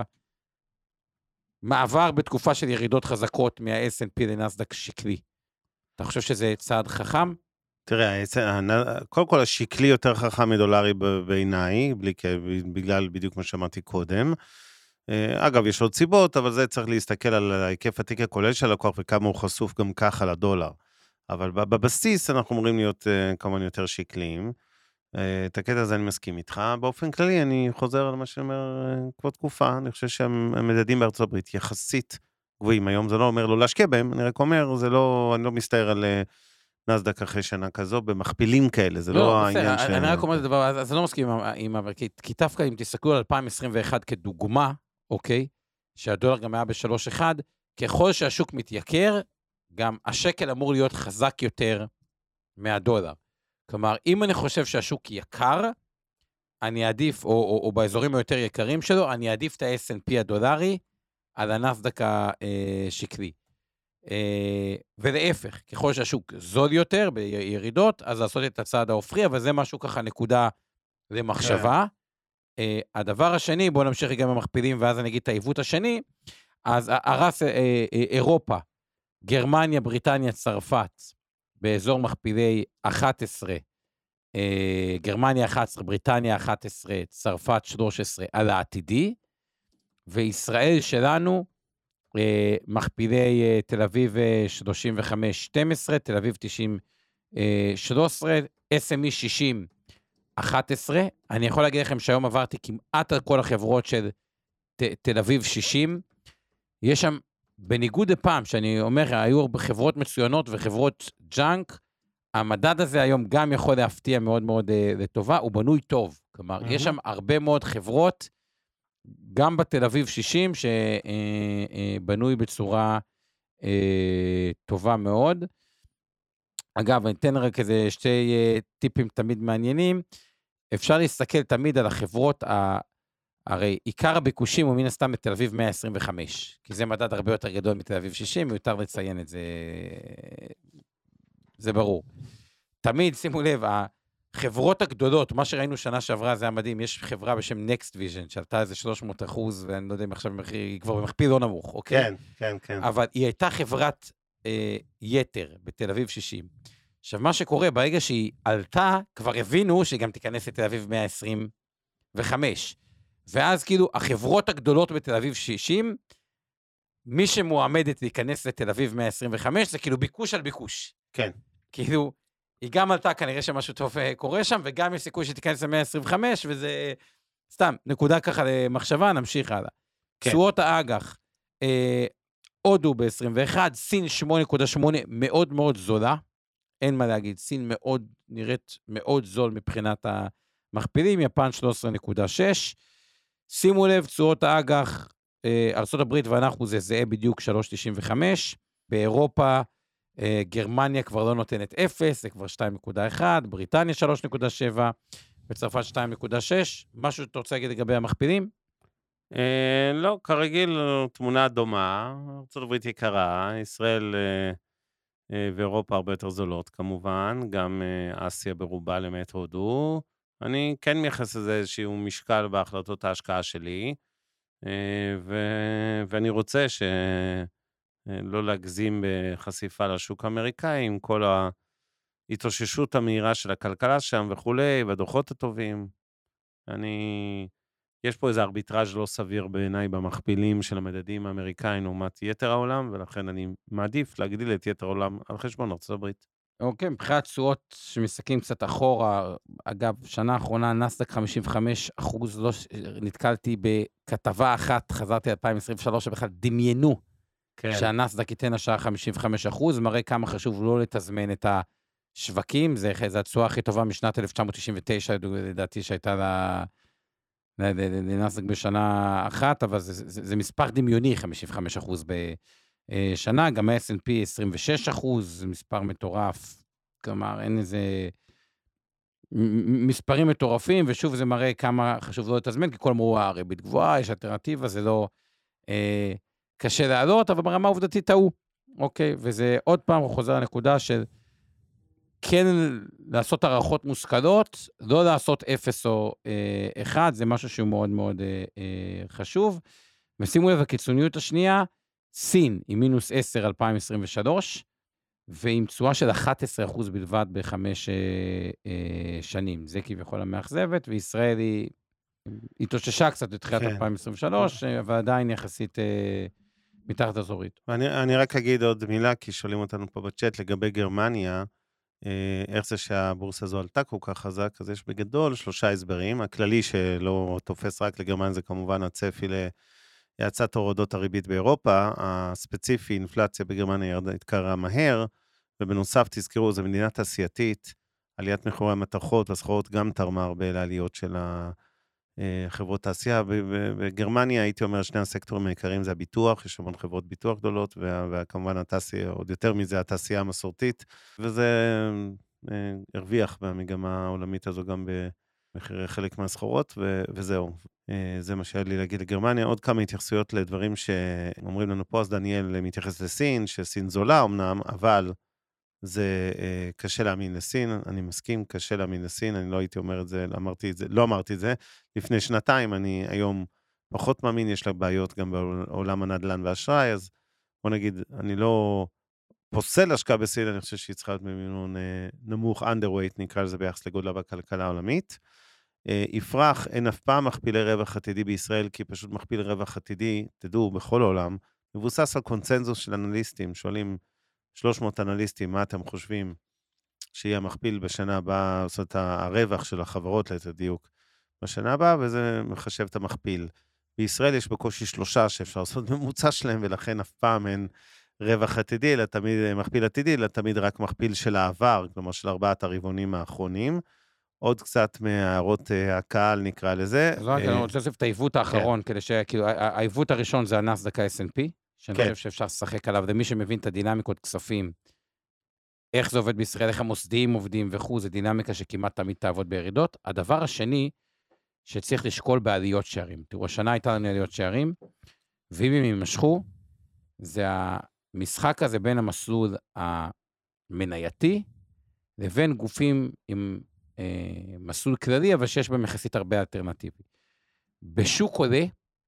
מעבר בתקופה של ירידות חזקות מה-S&P לנסדק שקלי? אתה חושב שזה צעד חכם? תראה, קודם כל השקלי יותר חכם מדולרי בעיניי, בגלל בדיוק מה שאמרתי קודם. אגב, יש עוד סיבות, אבל זה צריך להסתכל על ההיקף התיק הכולל של הלקוח, וכמה הוא חשוף גם ככה לדולר. אבל בבסיס אנחנו אמורים להיות כמובן יותר שקליים. את הקטע הזה אני מסכים איתך. באופן כללי, אני חוזר על מה שאומר כבר תקופה, אני חושב שהמדדים בארצות הברית יחסית גבוהים היום, זה לא אומר לא להשקיע בהם, אני רק אומר, אני לא מסתער על נסדק אחרי שנה כזו, במכפילים כאלה, זה לא העניין ש... אני רק אומר את הדבר, אז אני לא מסכים כי דווקא אם תסתכלו על 2021 כדוגמה, אוקיי, שהדולר גם היה ב-3.1, ככל שהשוק מתייקר, גם השקל אמור להיות חזק יותר מהדולר. כלומר, אם אני חושב שהשוק יקר, אני אעדיף, או באזורים היותר יקרים שלו, אני אעדיף את ה-S&P הדולרי על הנסדק השקלי. ולהפך, ככל שהשוק זול יותר בירידות, אז לעשות את הצעד ההופכי, אבל זה משהו ככה נקודה למחשבה. הדבר השני, בואו נמשיך גם במכפילים, ואז אני אגיד את העיוות השני, אז הרס אירופה, גרמניה, בריטניה, צרפת, באזור מכפילי 11, גרמניה 11, בריטניה 11, צרפת 13 על העתידי, וישראל שלנו, מכפילי תל אביב 35, 12, תל אביב 90, 13, SME 60, 11. אני יכול להגיד לכם שהיום עברתי כמעט על כל החברות של תל אביב 60. יש שם, בניגוד לפעם, שאני אומר, היו חברות מצוינות וחברות ג'אנק, המדד הזה היום גם יכול להפתיע מאוד מאוד לטובה, הוא בנוי טוב. כלומר, יש שם הרבה מאוד חברות, גם בתל אביב 60, שבנוי בצורה טובה מאוד. אגב, אני אתן רק איזה שתי טיפים תמיד מעניינים. אפשר להסתכל תמיד על החברות, הרי עיקר הביקושים הוא מן הסתם בתל אביב 125, כי זה מדד הרבה יותר גדול מתל אביב 60, מיותר לציין את זה, זה ברור. תמיד, שימו לב, החברות הגדולות, מה שראינו שנה שעברה, זה המדהים, יש חברה בשם Next Vision, שעלתה איזה 300%, ואני לא יודע אם עכשיו היא כבר במכפיל לא נמוך, אוקיי? כן, כן, כן. אבל היא הייתה חברת יתר בתל אביב 60. עכשיו, מה שקורה, ברגע שהיא עלתה, כבר הבינו שהיא גם תיכנס לתל אביב 125. ואז כאילו, החברות הגדולות בתל אביב 60, מי שמועמדת להיכנס לתל אביב 125, זה כאילו ביקוש על ביקוש. כן. כאילו, היא גם עלתה, כנראה שמשהו טוב קורה שם, וגם יש סיכוי שתיכנס ל-125, וזה סתם, נקודה ככה למחשבה, נמשיך הלאה. כן. תשואות האג"ח, הודו ב-21, סין 8.8, מאוד מאוד זולה, אין מה להגיד, סין מאוד, נראית מאוד זול מבחינת המכפילים, יפן 13.6, שימו לב, תשואות האג"ח, ארצות הברית ואנחנו זה זהה בדיוק 3.95, באירופה, גרמניה כבר לא נותנת 0, זה כבר 2.1, בריטניה 3.7, בצרפת 2.6, משהו שאתה רוצה להגיד לגבי המכפילים? לא, כרגיל תמונה דומה, ארצות הברית יקרה, ישראל ואירופה הרבה יותר זולות כמובן, גם אסיה ברובה למעט הודו, אני כן מייחס לזה איזשהו משקל בהחלטות ההשקעה שלי, ואני רוצה לא להגזים בחשיפה לשוק האמריקאי, עם כל ההתאוששות המהירה של הכלכלה שם וכולי, והדוחות הטובים. יש פה איזה ארביטראז' לא סביר בעיניי במכפילים של המדדים האמריקאים לעומת יתר העולם, ולכן אני מעדיף להגדיל את יתר העולם על חשבון ארצות הברית. אוקיי, מבחינת תשואות שמסתכלים קצת אחורה, אגב, שנה האחרונה, נסדק 55%, לא, נתקלתי בכתבה אחת, חזרתי 2023, שבכלל דמיינו, כן. שהנסדק ייתן השעה 55%, מראה כמה חשוב לא לתזמן את השווקים, זה התשואה הכי טובה משנת 1999, לדעתי שהייתה לנסדק בשנה אחת, אבל זה מספר דמיוני, 55% בשנה, גם ה-S&P 26%, זה מספר מטורף, כלומר, אין איזה מספרים מטורפים, ושוב זה מראה כמה חשוב לא לתזמן, כי כל אמרו, הריבית גבוהה, יש אלטרנטיבה, זה לא קשה לעלות, אבל ברמה העובדתית טעו, אוקיי, וזה עוד פעם חוזר לנקודה של כן לעשות הערכות מושכלות, לא לעשות 0 או 1, זה משהו שהוא מאוד מאוד חשוב, ושימו לב, הקיצוניות השנייה, סין היא מינוס 10 2023, ועם תשואה של 11% בלבד ב5 שנים, זה כביכול המאכזבת, וישראל היא התאוששה קצת בתחילת 2023, אבל עדיין יחסית מתחת אזורית. אני רק אגיד עוד מילה, כי שואלים אותנו פה בצ'אט לגבי גרמניה, איך זה שהבורסה הזו עלתה כל כך חזק, אז יש בגדול 3 הסברים, הכללי שלא תופס רק לגרמניה, זה כמובן הצפי להאצת הורדות הריבית באירופה, הספציפי, אינפלציה בגרמניה התקרה מהר, ובנוסף, תזכרו, זו מדינה תעשייתית, עליית מחירי המתכות והסחורות גם תרמה הרבה לעליות של חברות תעשייה. בגרמניה, הייתי אומר, שני הסקטורים העיקריים זה הביטוח, יש המון חברות ביטוח גדולות, וכמובן התעשייה, עוד יותר מזה, התעשייה המסורתית, וזה הרוויח במגמה העולמית הזו גם במחירי חלק מהסחורות, וזהו. זה מה שהיה לי להגיד לגרמניה. עוד כמה התייחסויות לדברים שאומרים לנו פה, אז דניאל מתייחס לסין, שסין זולה אמנם, אבל זה קשה להאמין לסין, אני מסכים, קשה להאמין לסין, אני לא הייתי אומר את זה, לא אמרתי את זה, לפני שנתיים, אני היום פחות מאמין, יש לה בעיות גם בעולם הנדל"ן והאשראי, אז בוא נגיד, אני לא פוסל השקעה בסין, אני חושב שהיא צריכה להיות במינון נמוך, underweight, נקרא לזה ביחס לגודלה בכלכלה העולמית. יפרח, אין אף פעם מכפילי רווח עתידי בישראל, כי פשוט מכפיל רווח עתידי, תדעו, בכל העולם, מבוסס על קונצנזוס של אנליסטים, שואלים 300 אנליסטים, מה אתם חושבים שיהיה מכפיל בשנה הבאה, זאת אומרת, הרווח של החברות לתדיוק בשנה הבאה, וזה מחשב את המכפיל. בישראל יש בקושי 3 שאפשר לעשות ממוצע שלהם, ולכן אף פעם אין רווח עתידי, אלא תמיד מכפיל עתידי, אלא תמיד רק מכפיל של העבר, כלומר של 4 הרבעונים האחרונים. עוד קצת מהערות הקהל נקרא לזה. אז אני רוצה להוסיף את העיוות האחרון, כדי שכאילו, העיוות הראשון זה הנאסד"ק ה-S&P, שאני חושב שאפשר לשחק עליו, ומי שמבין את הדינמיקות כספים, איך זה עובד בישראל, איך המוסדיים עובדים וכו', זה דינמיקה שכמעט תמיד תעבוד בירידות. הדבר השני, שצריך לשקול בעליות שערים. תראו, השנה הייתה לנו עליות שערים, ואם הם יימשכו, זה המשחק הזה בין המסלול המנייתי, לבין גופים עם מסלול כללי, אבל שיש בהם יחסית הרבה אלטרנטיבי. בשוק עולה,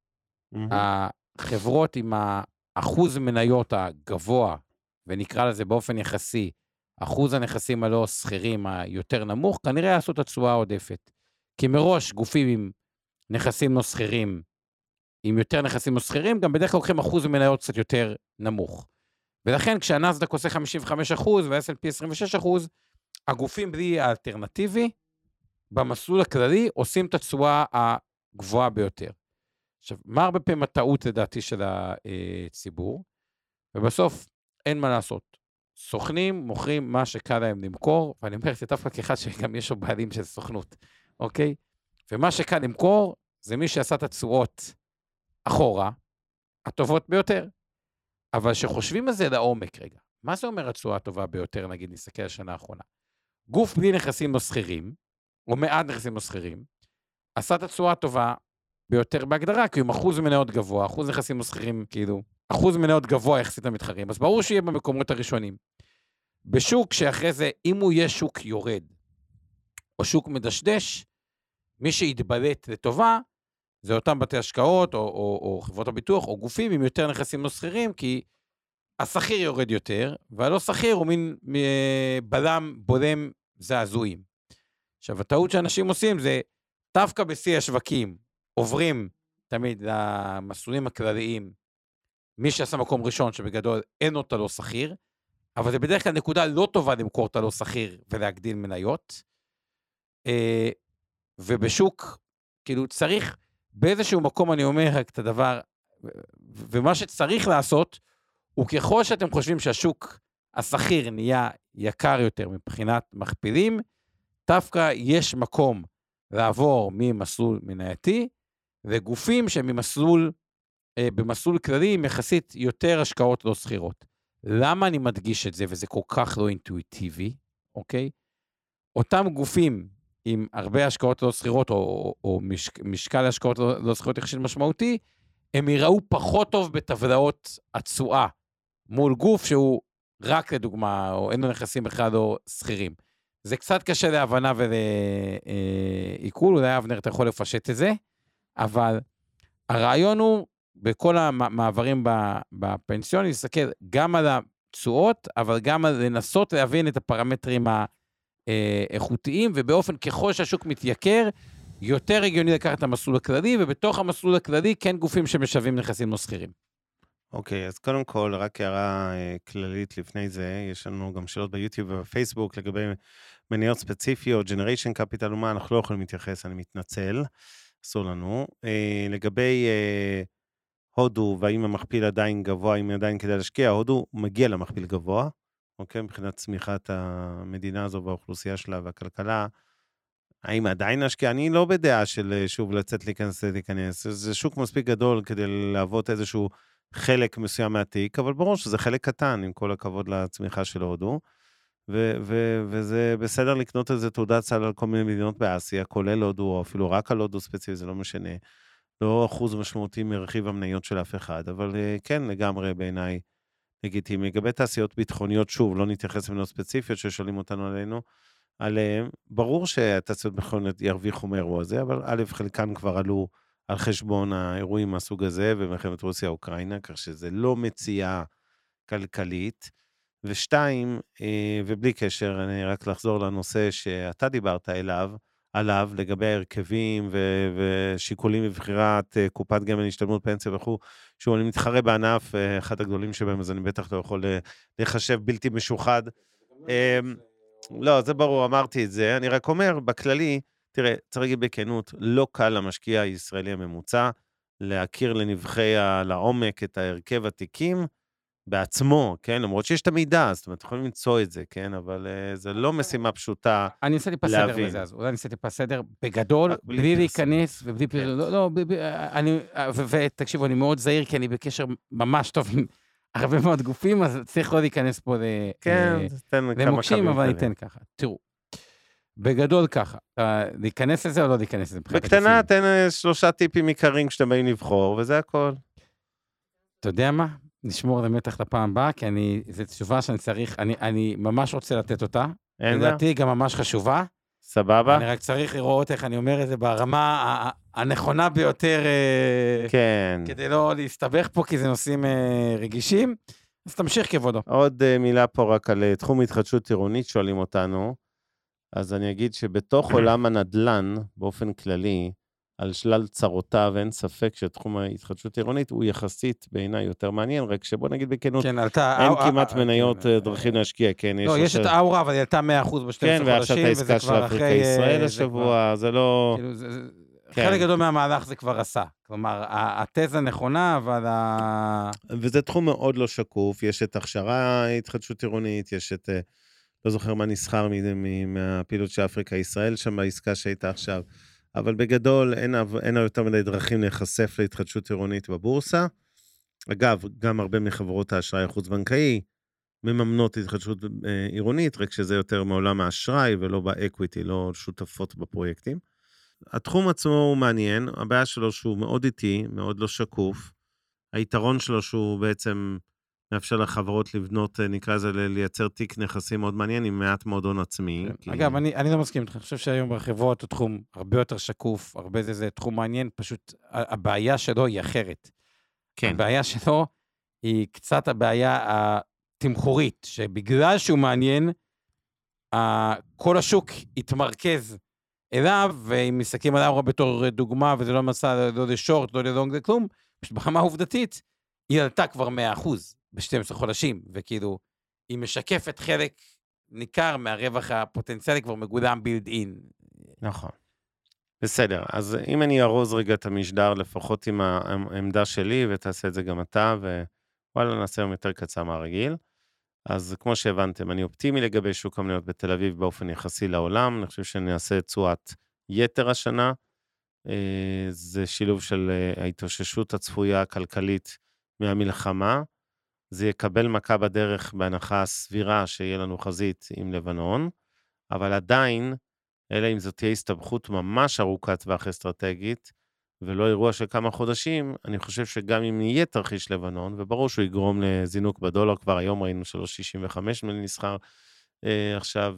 החברות עם האחוז מניות הגבוה, ונקרא לזה באופן יחסי, אחוז הנכסים הלא סחירים היותר נמוך, כנראה יעשו את התשואה העודפת. כי מראש גופים עם נכסים לא סחירים, עם יותר נכסים לא סחירים, גם בדרך כלל לוקחים אחוז מניות קצת יותר נמוך. ולכן כשהנאסד"ק עושה 55% וה-S&P 26%, הגופים בלי האלטרנטיבי, במסלול הכללי, עושים את התשואה הגבוהה ביותר. עכשיו, מה הרבה פעמים הטעות לדעתי של הציבור? ובסוף אין מה לעשות. סוכנים מוכרים מה שקל להם למכור, ואני אומר, זה דווקא כאחד שגם יש לו בעלים של סוכנות, אוקיי? ומה שקל למכור, זה מי שעשה את התשואות אחורה, הטובות ביותר. אבל שחושבים על זה לעומק רגע, מה זה אומר התשואה הטובה ביותר, נגיד נסתכל על השנה האחרונה? גוף בלי נכסים לא סחירים, או מעט נכסים לא סחירים, עשה את התשואה הטובה ביותר בהגדרה, כי עם אחוז מניות גבוה, אחוז נכסים לא סחירים, כאילו, אחוז מניות גבוה יחסית למתחרים, אז ברור שיהיה במקומות הראשונים. בשוק שאחרי זה, אם הוא יהיה שוק יורד, או שוק מדשדש, מי שיתבלט לטובה, זה אותם בתי השקעות, או חברות הביטוח, או גופים עם יותר נכסים לא סחירים, כי השכיר יורד יותר, והלא שכיר הוא מין בולם זעזועים. עכשיו, הטעות שאנשים עושים זה, דווקא בשיא השווקים, עוברים תמיד למסלולים הכלליים, מי שעשה מקום ראשון שבגדול אין אותה לא שכיר, אבל זה בדרך כלל נקודה לא טובה למכור אותה לא שכיר ולהגדיל מניות, ובשוק, כאילו צריך באיזשהו מקום אני אומר רק את הדבר, ומה שצריך לעשות, הוא ככל שאתם חושבים שהשוק השכיר נהיה יקר יותר מבחינת מכפילים, דווקא יש מקום לעבור ממסלול מנייתי, וגופים שממסלול, במסלול כללי, עם יחסית יותר השקעות לא סחירות. למה אני מדגיש את זה, וזה כל כך לא אינטואיטיבי, אוקיי? אותם גופים עם הרבה השקעות לא סחירות, או משקל השקעות לא סחירות יחסית משמעותי, הם יראו פחות טוב בטבלאות התשואה, מול גוף שהוא רק לדוגמה, או אין לו נכסים בכלל לא סחירים. זה קצת קשה להבנה ולעיכול, אולי אבנר אתה יכול לפשט את זה, אבל הרעיון הוא, בכל המעברים בפנסיון, להסתכל גם על התשואות, אבל גם על לנסות להבין את הפרמטרים האיכותיים, ובאופן ככל שהשוק מתייקר, יותר הגיוני לקחת את המסלול הכללי, ובתוך המסלול הכללי כן גופים שמשווים נכסים לא סחירים. אוקיי, אז קודם כל, רק הערה כללית לפני זה, יש לנו גם שאלות ביוטיוב ובפייסבוק, לגבי מניות ספציפיות, Generation Capital, ומה אנחנו לא יכולים להתייחס, אני מתנצל, אסור לנו. לגבי הודו, והאם המכפיל עדיין גבוה, אם עדיין כדאי להשקיע, הודו מגיע למכפיל גבוה, אוקיי? מבחינת צמיחת המדינה הזו והאוכלוסייה שלה והכלכלה, האם עדיין נשקיע? אני לא בדעה של שוב לצאת להיכנס. זה שוק מספיק גדול כדי להוות איזשהו חלק מסוים מהתיק, אבל ברור שזה חלק קטן, עם כל הכבוד לצמיחה של הודו, וזה בסדר לקנות איזה תעודת סל על כל מיני מדינות באסיה, כולל הודו, או אפילו רק על הודו ספציפי, זה לא משנה. לא אחוז משמעותי מרכיב המניות של אף אחד, אבל כן, לגמרי בעיניי לגיטימי. לגבי תעשיות ביטחוניות, שוב, לא נתייחס למדינות ספציפיות ששואלים אותנו עליהם. ברור שהתעשיות ביטחוניות ירוויחו מאירוע הזה, אבל א', חלקן כבר עלו על חשבון האירועים מהסוג הזה, במלחמת רוסיה-אוקראינה, כך שזה לא מציאה כלכלית. ושתיים, ובלי קשר, אני רק לחזור לנושא שאתה דיברת עליו, לגבי ההרכבים ושיקולים בבחירת קופת גמל, השתלמות פנסיה וכו', שהוא אני מתחרה בענף, אחד הגדולים שבהם, אז אני בטח לא יכול לחשב בלתי משוחד. לא, זה ברור, אמרתי את זה. אני רק אומר, בכללי, תראה, צריך להגיד בכנות, לא קל למשקיע הישראלי הממוצע להכיר לנבחי לעומק את ההרכב התיקים בעצמו, כן? למרות שיש את המידע, זאת אומרת, יכולים למצוא את זה, כן? אבל זה לא משימה פשוטה להבין. אני אעשה טיפה סדר בזה, אז אולי אני אעשה טיפה סדר בגדול, בלי להיכנס, ובלי פרסום, לא, ותקשיבו, אני מאוד זהיר, כי אני בקשר ממש טוב עם הרבה מאוד גופים, אז צריך לא להיכנס פה למוקשים, אבל אני אתן ככה. תראו, בגדול ככה, להיכנס לזה או לא להיכנס לזה? בקטנה, תן 3 טיפים עיקריים כשאתם באים לבחור, וזה הכל. אתה יודע מה? נשמור למתח לפעם הבאה, כי זו תשובה שאני צריך, אני ממש רוצה לתת אותה. לדעתי גם ממש חשובה. סבבה. אני רק צריך לראות איך אני אומר את זה ברמה הנכונה ביותר, כן. כדי לא להסתבך פה, כי זה נושאים רגישים. אז תמשיך כבודו. עוד מילה פה רק על תחום התחדשות עירונית, שואלים אותנו. אז אני אגיד שבתוך עולם הנדל"ן, באופן כללי, על שלל צרותיו, אין ספק שתחום ההתחדשות עירונית הוא יחסית בעיניי יותר מעניין, רק שבוא נגיד בכנות, אין כמעט מניות דרכים להשקיע, כן? לא, יש את האורה, אבל היא עלתה 100% ב-12 חודשים, כן, ועכשיו העסקה של אפריקה ישראל השבוע, זה לא... חלק גדול מהמהלך זה כבר עשה. כלומר, התזה נכונה, אבל וזה תחום מאוד לא שקוף, יש את הכשרה התחדשות עירונית, יש את, לא זוכר מה נסחר מהפעילות של אפריקה ישראל, שם בעסקה שהייתה עכשיו, אבל בגדול אין יותר מדי דרכים להיחשף להתחדשות עירונית בבורסה. אגב, גם הרבה מחברות האשראי החוץ-בנקאי מממנות התחדשות עירונית, רק שזה יותר מעולם האשראי ולא באקוויטי, לא שותפות בפרויקטים. התחום עצמו הוא מעניין, הבעיה שלו שהוא מאוד איטי, מאוד לא שקוף. היתרון שלו שהוא בעצם מאפשר לחברות לבנות, נקרא זה לייצר תיק נכסים מאוד מעניין, עם מעט מאוד הון עצמי. אגב, אני לא מסכים איתך, אני חושב שהיום בחברות הוא תחום הרבה יותר שקוף, הרבה זה תחום מעניין, פשוט הבעיה שלו היא אחרת. כן. הבעיה שלו היא קצת הבעיה התמחורית, שבגלל שהוא מעניין, כל השוק יתמרכז אליו, ואם מסתכלים עליו בתור דוגמה, וזה לא מצא לא לשורט, לא ללונג, לכלום, פשוט ברמה העובדתית, היא עלתה כבר 100% ב-12 חודשים, וכאילו, היא משקפת חלק ניכר מהרווח הפוטנציאלי כבר מגולם בילד אין. נכון. בסדר, אז אם אני ארוז רגע את המשדר, לפחות עם העמדה שלי, ותעשה את זה גם אתה, ווואלה, נעשה יום יותר קצר מהרגיל. אז כמו שהבנתם, אני אופטימי לגבי שוק המניות בתל אביב באופן יחסי לעולם, אני חושב שאני אעשה תשואת יתר השנה, זה שילוב של ההתאוששות הצפויה הכלכלית מהמלחמה, זה יקבל מכה בדרך בהנחה סבירה שיהיה לנו חזית עם לבנון, אבל עדיין, אלא אם זאת תהיה הסתבכות ממש ארוכת טווח אסטרטגית, ולא אירוע של כמה חודשים, אני חושב שגם אם יהיה תרחיש לבנון, וברור שהוא יגרום לזינוק בדולר, כבר היום ראינו 3.65 נסחר עכשיו,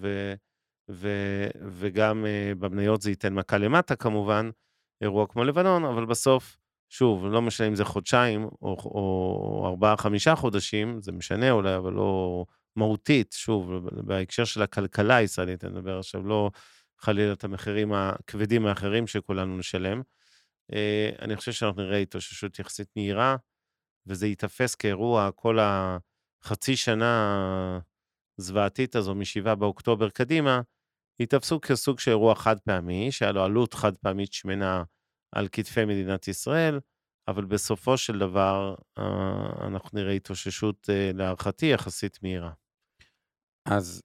וגם במניות זה ייתן מכה למטה כמובן, אירוע כמו לבנון, אבל בסוף, שוב, לא משנה אם זה חודשיים, או 4-5 חודשים, זה משנה אולי, אבל לא מהותית, שוב, בהקשר של הכלכלה הישראלית, אני מדבר עכשיו, לא חלילה את המחירים הכבדים האחרים שכולנו נשלם, אני חושב שאנחנו נראה התאוששות יחסית מהירה, וזה יתפס כאירוע, כל החצי שנה זוועתית הזו, מ7 באוקטובר קדימה, יתפסו כסוג של אירוע חד פעמי, שהיה לו עלות חד פעמית שמנה על כתפי מדינת ישראל, אבל בסופו של דבר, אנחנו נראה התאוששות להערכתי יחסית מהירה. אז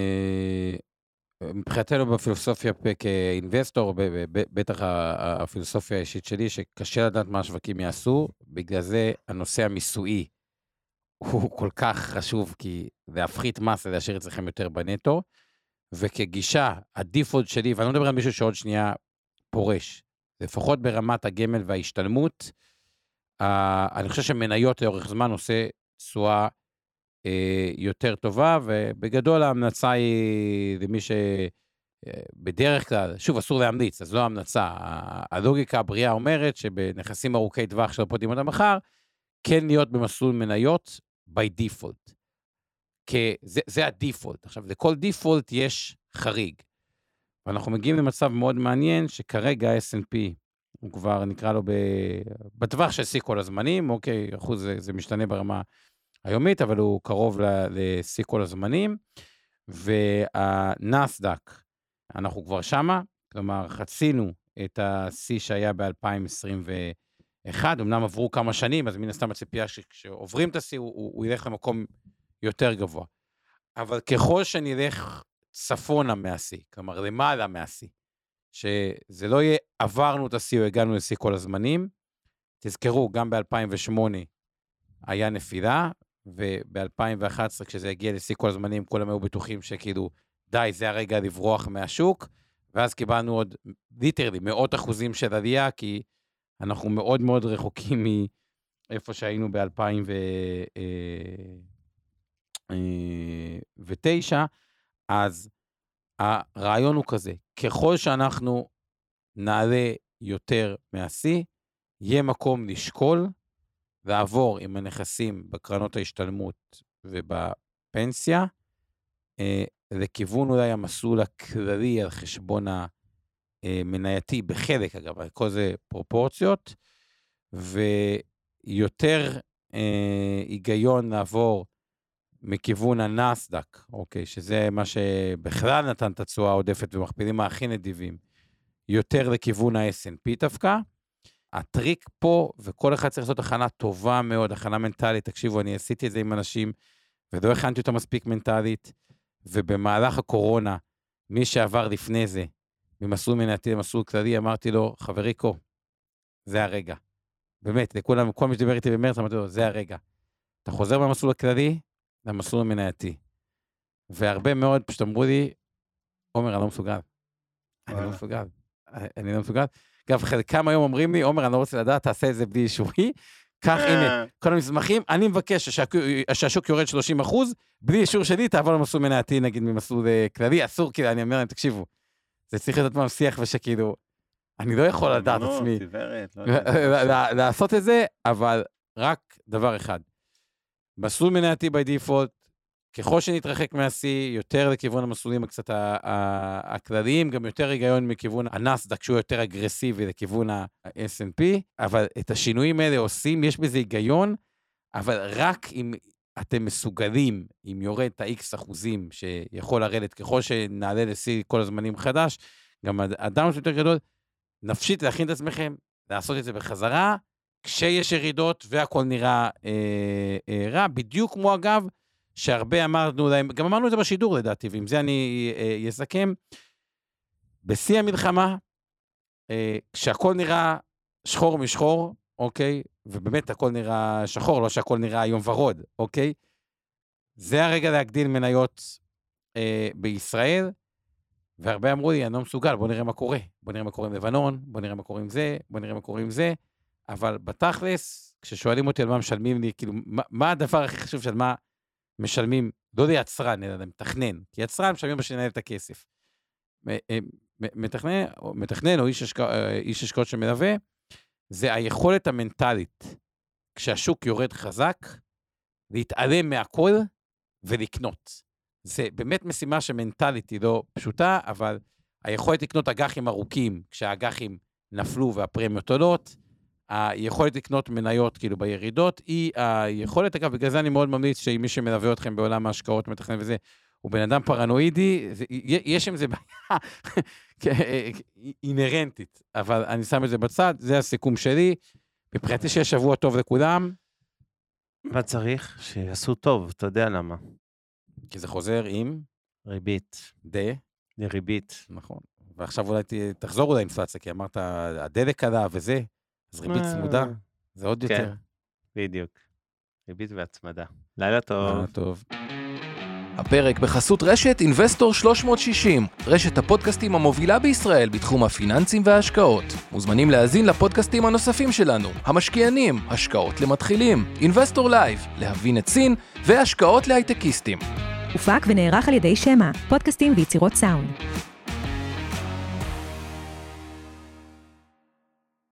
מבחינתנו בפילוסופיה כאינבסטור, בטח הפילוסופיה האישית שלי, שקשה לדעת מה השווקים יעשו, בגלל זה הנושא המיסוי הוא כל כך חשוב, כי זה הפחית מס, זה להשאיר אצלכם יותר בנטו, וכגישה, הדיפולט שלי, ואני לא מדבר על מישהו שעוד שנייה פורש, לפחות ברמת הגמל וההשתלמות, אני חושב שמניות לאורך זמן עושה תשואה יותר טובה, ובגדול ההמלצה היא למי שבדרך כלל, שוב, אסור להמליץ, אז לא ההמלצה, הלוגיקה הבריאה אומרת שבנכסים ארוכי טווח של פודים עד המחר, כן להיות במסלול מניות by default. זה הדיפולט. עכשיו, לכל דיפולט יש חריג. ואנחנו מגיעים למצב מאוד מעניין, שכרגע S&P, הוא כבר נקרא לו בטווח של שיא כל הזמנים, אוקיי, אחוז זה משתנה ברמה היומית, אבל הוא קרוב לשיא כל הזמנים, והנסדק, אנחנו כבר שמה, כלומר, חצינו את השיא שהיה ב-2021, אמנם עברו כמה שנים, אז מן הסתם הציפייה שכשעוברים את השיא, הוא ילך למקום יותר גבוה. אבל ככל שנלך צפונה מהשיא, כלומר, למעלה מהשיא, שזה לא יהיה עברנו את השיא או הגענו לשיא כל הזמנים, תזכרו, גם ב-2008 היה נפילה, וב-2011 כשזה הגיע לשיא כל הזמנים, כולם היו בטוחים שכאילו, די, זה הרגע לברוח מהשוק, ואז קיבלנו עוד ליטרלי, מאות אחוזים של עלייה, כי אנחנו מאוד מאוד רחוקים מאיפה שהיינו ב-2009, אז הרעיון הוא כזה, ככל שאנחנו נעלה יותר מהשיא, יהיה מקום לשקול, לעבור עם הנכסים בקרנות ההשתלמות ובפנסיה, לכיוון אולי המסלול הכללי על חשבון המנייתי, בחלק אגב, על כל זה פרופורציות, ויותר היגיון לעבור מכיוון הנסדק, אוקיי, שזה מה שבכלל נתן את התשואה העודפת ומכפילים הכי נדיבים, יותר לכיוון ה-S&P דווקא. הטריק פה, וכל אחד צריך לעשות הכנה טובה מאוד, הכנה מנטלית, תקשיבו, אני עשיתי את זה עם אנשים, ולא הכנתי אותה מספיק מנטלית, ובמהלך הקורונה, מי שעבר לפני זה, ממסלול מנייתי למסלול כללי, אמרתי לו, חבריקו, זה הרגע. באמת, לכולם, כל מי שדיבר איתי במרץ, אמרתי לו, זה הרגע. אתה חוזר במסלול הכללי, למסלול המנייתי. והרבה מאוד פשוט אמרו לי, עומר, אני לא מסוגל. אני לא מסוגל. אגב, חלקם היום אומרים לי, עומר, אני לא רוצה לדעת, תעשה את זה בלי אישורי. כך, הנה, כל המסמכים, אני מבקש שהשוק יורד 30%, בלי אישור שלי, תעבור למסלול מנייתי, נגיד, ממסלול כללי, אסור, כאילו, אני אומר להם, תקשיבו, זה צריך להיות פעם שיח ושכאילו, אני לא יכול לדעת עצמי, לעשות את זה, אבל רק דבר אחד, מסלול מנייתי by default, ככל שנתרחק מהשיא, יותר לכיוון המסלולים הקצת הכלליים, גם יותר היגיון מכיוון הנסדק, שהוא יותר אגרסיבי לכיוון ה-S&P, אבל את השינויים האלה עושים, יש בזה היגיון, אבל רק אם אתם מסוגלים, אם יורד את ה-X אחוזים שיכול לרדת, ככל שנעלה לשיא כל הזמנים חדש, גם אדם יותר גדול, נפשית להכין את עצמכם, לעשות את זה בחזרה, כשיש ירידות והכל נראה רע, בדיוק כמו אגב, שהרבה אמרנו להם, גם אמרנו את זה בשידור לדעתי, ועם זה אני אסכם, בשיא המלחמה, כשהכל נראה שחור משחור, אוקיי, ובאמת הכל נראה שחור, לא שהכל נראה היום ורוד, אוקיי, זה הרגע להגדיל מניות בישראל, והרבה אמרו לי, אני לא מסוגל, בוא נראה מה קורה, בוא נראה מה קורה עם לבנון, בוא נראה מה קורה עם זה, בוא נראה מה קורה עם זה, אבל בתכלס, כששואלים אותי על מה משלמים לי, כאילו, מה הדבר הכי חשוב של מה משלמים, לא ליצרן, אלא למתכנן, כי יצרן משלמים בשביל לנהל את הכסף. מתכנן או איש השקעות שמלווה, זה היכולת המנטלית, כשהשוק יורד חזק, להתעלם מהכל ולקנות. זה באמת משימה שמנטלית היא לא פשוטה, אבל היכולת לקנות אג"חים ארוכים, כשהאג"חים נפלו והפרמיות עולות, היכולת לקנות מניות כאילו בירידות, היא היכולת, אגב, בגלל זה אני מאוד ממליץ שמי שמלווה אתכם בעולם ההשקעות, מתכנן וזה, הוא בן אדם פרנואידי, יש עם זה בעיה אינרנטית, אבל אני שם את זה בצד, זה הסיכום שלי, מבחינתי שיש שבוע טוב לכולם. מה צריך? שיעשו טוב, אתה יודע למה. כי זה חוזר עם ריבית. ריבית. נכון. ועכשיו אולי תחזור אולי אינפלציה, כי אמרת, הדלק עלה וזה, אז ריבית צמודה, זה עוד יותר. בדיוק. ריבית והצמדה. לילה טוב. לילה טוב. הפרק בחסות רשת אינבסטור 360, רשת הפודקאסטים המובילה בישראל בתחום הפיננסים וההשקעות. מוזמנים להאזין לפודקאסטים הנוספים שלנו, המשקיענים, השקעות למתחילים, אינבסטור לייב, להבין את סין, והשקעות להייטקיסטים. הופק ונערך על ידי שמה, פודקאסטים ויצירות סאונד.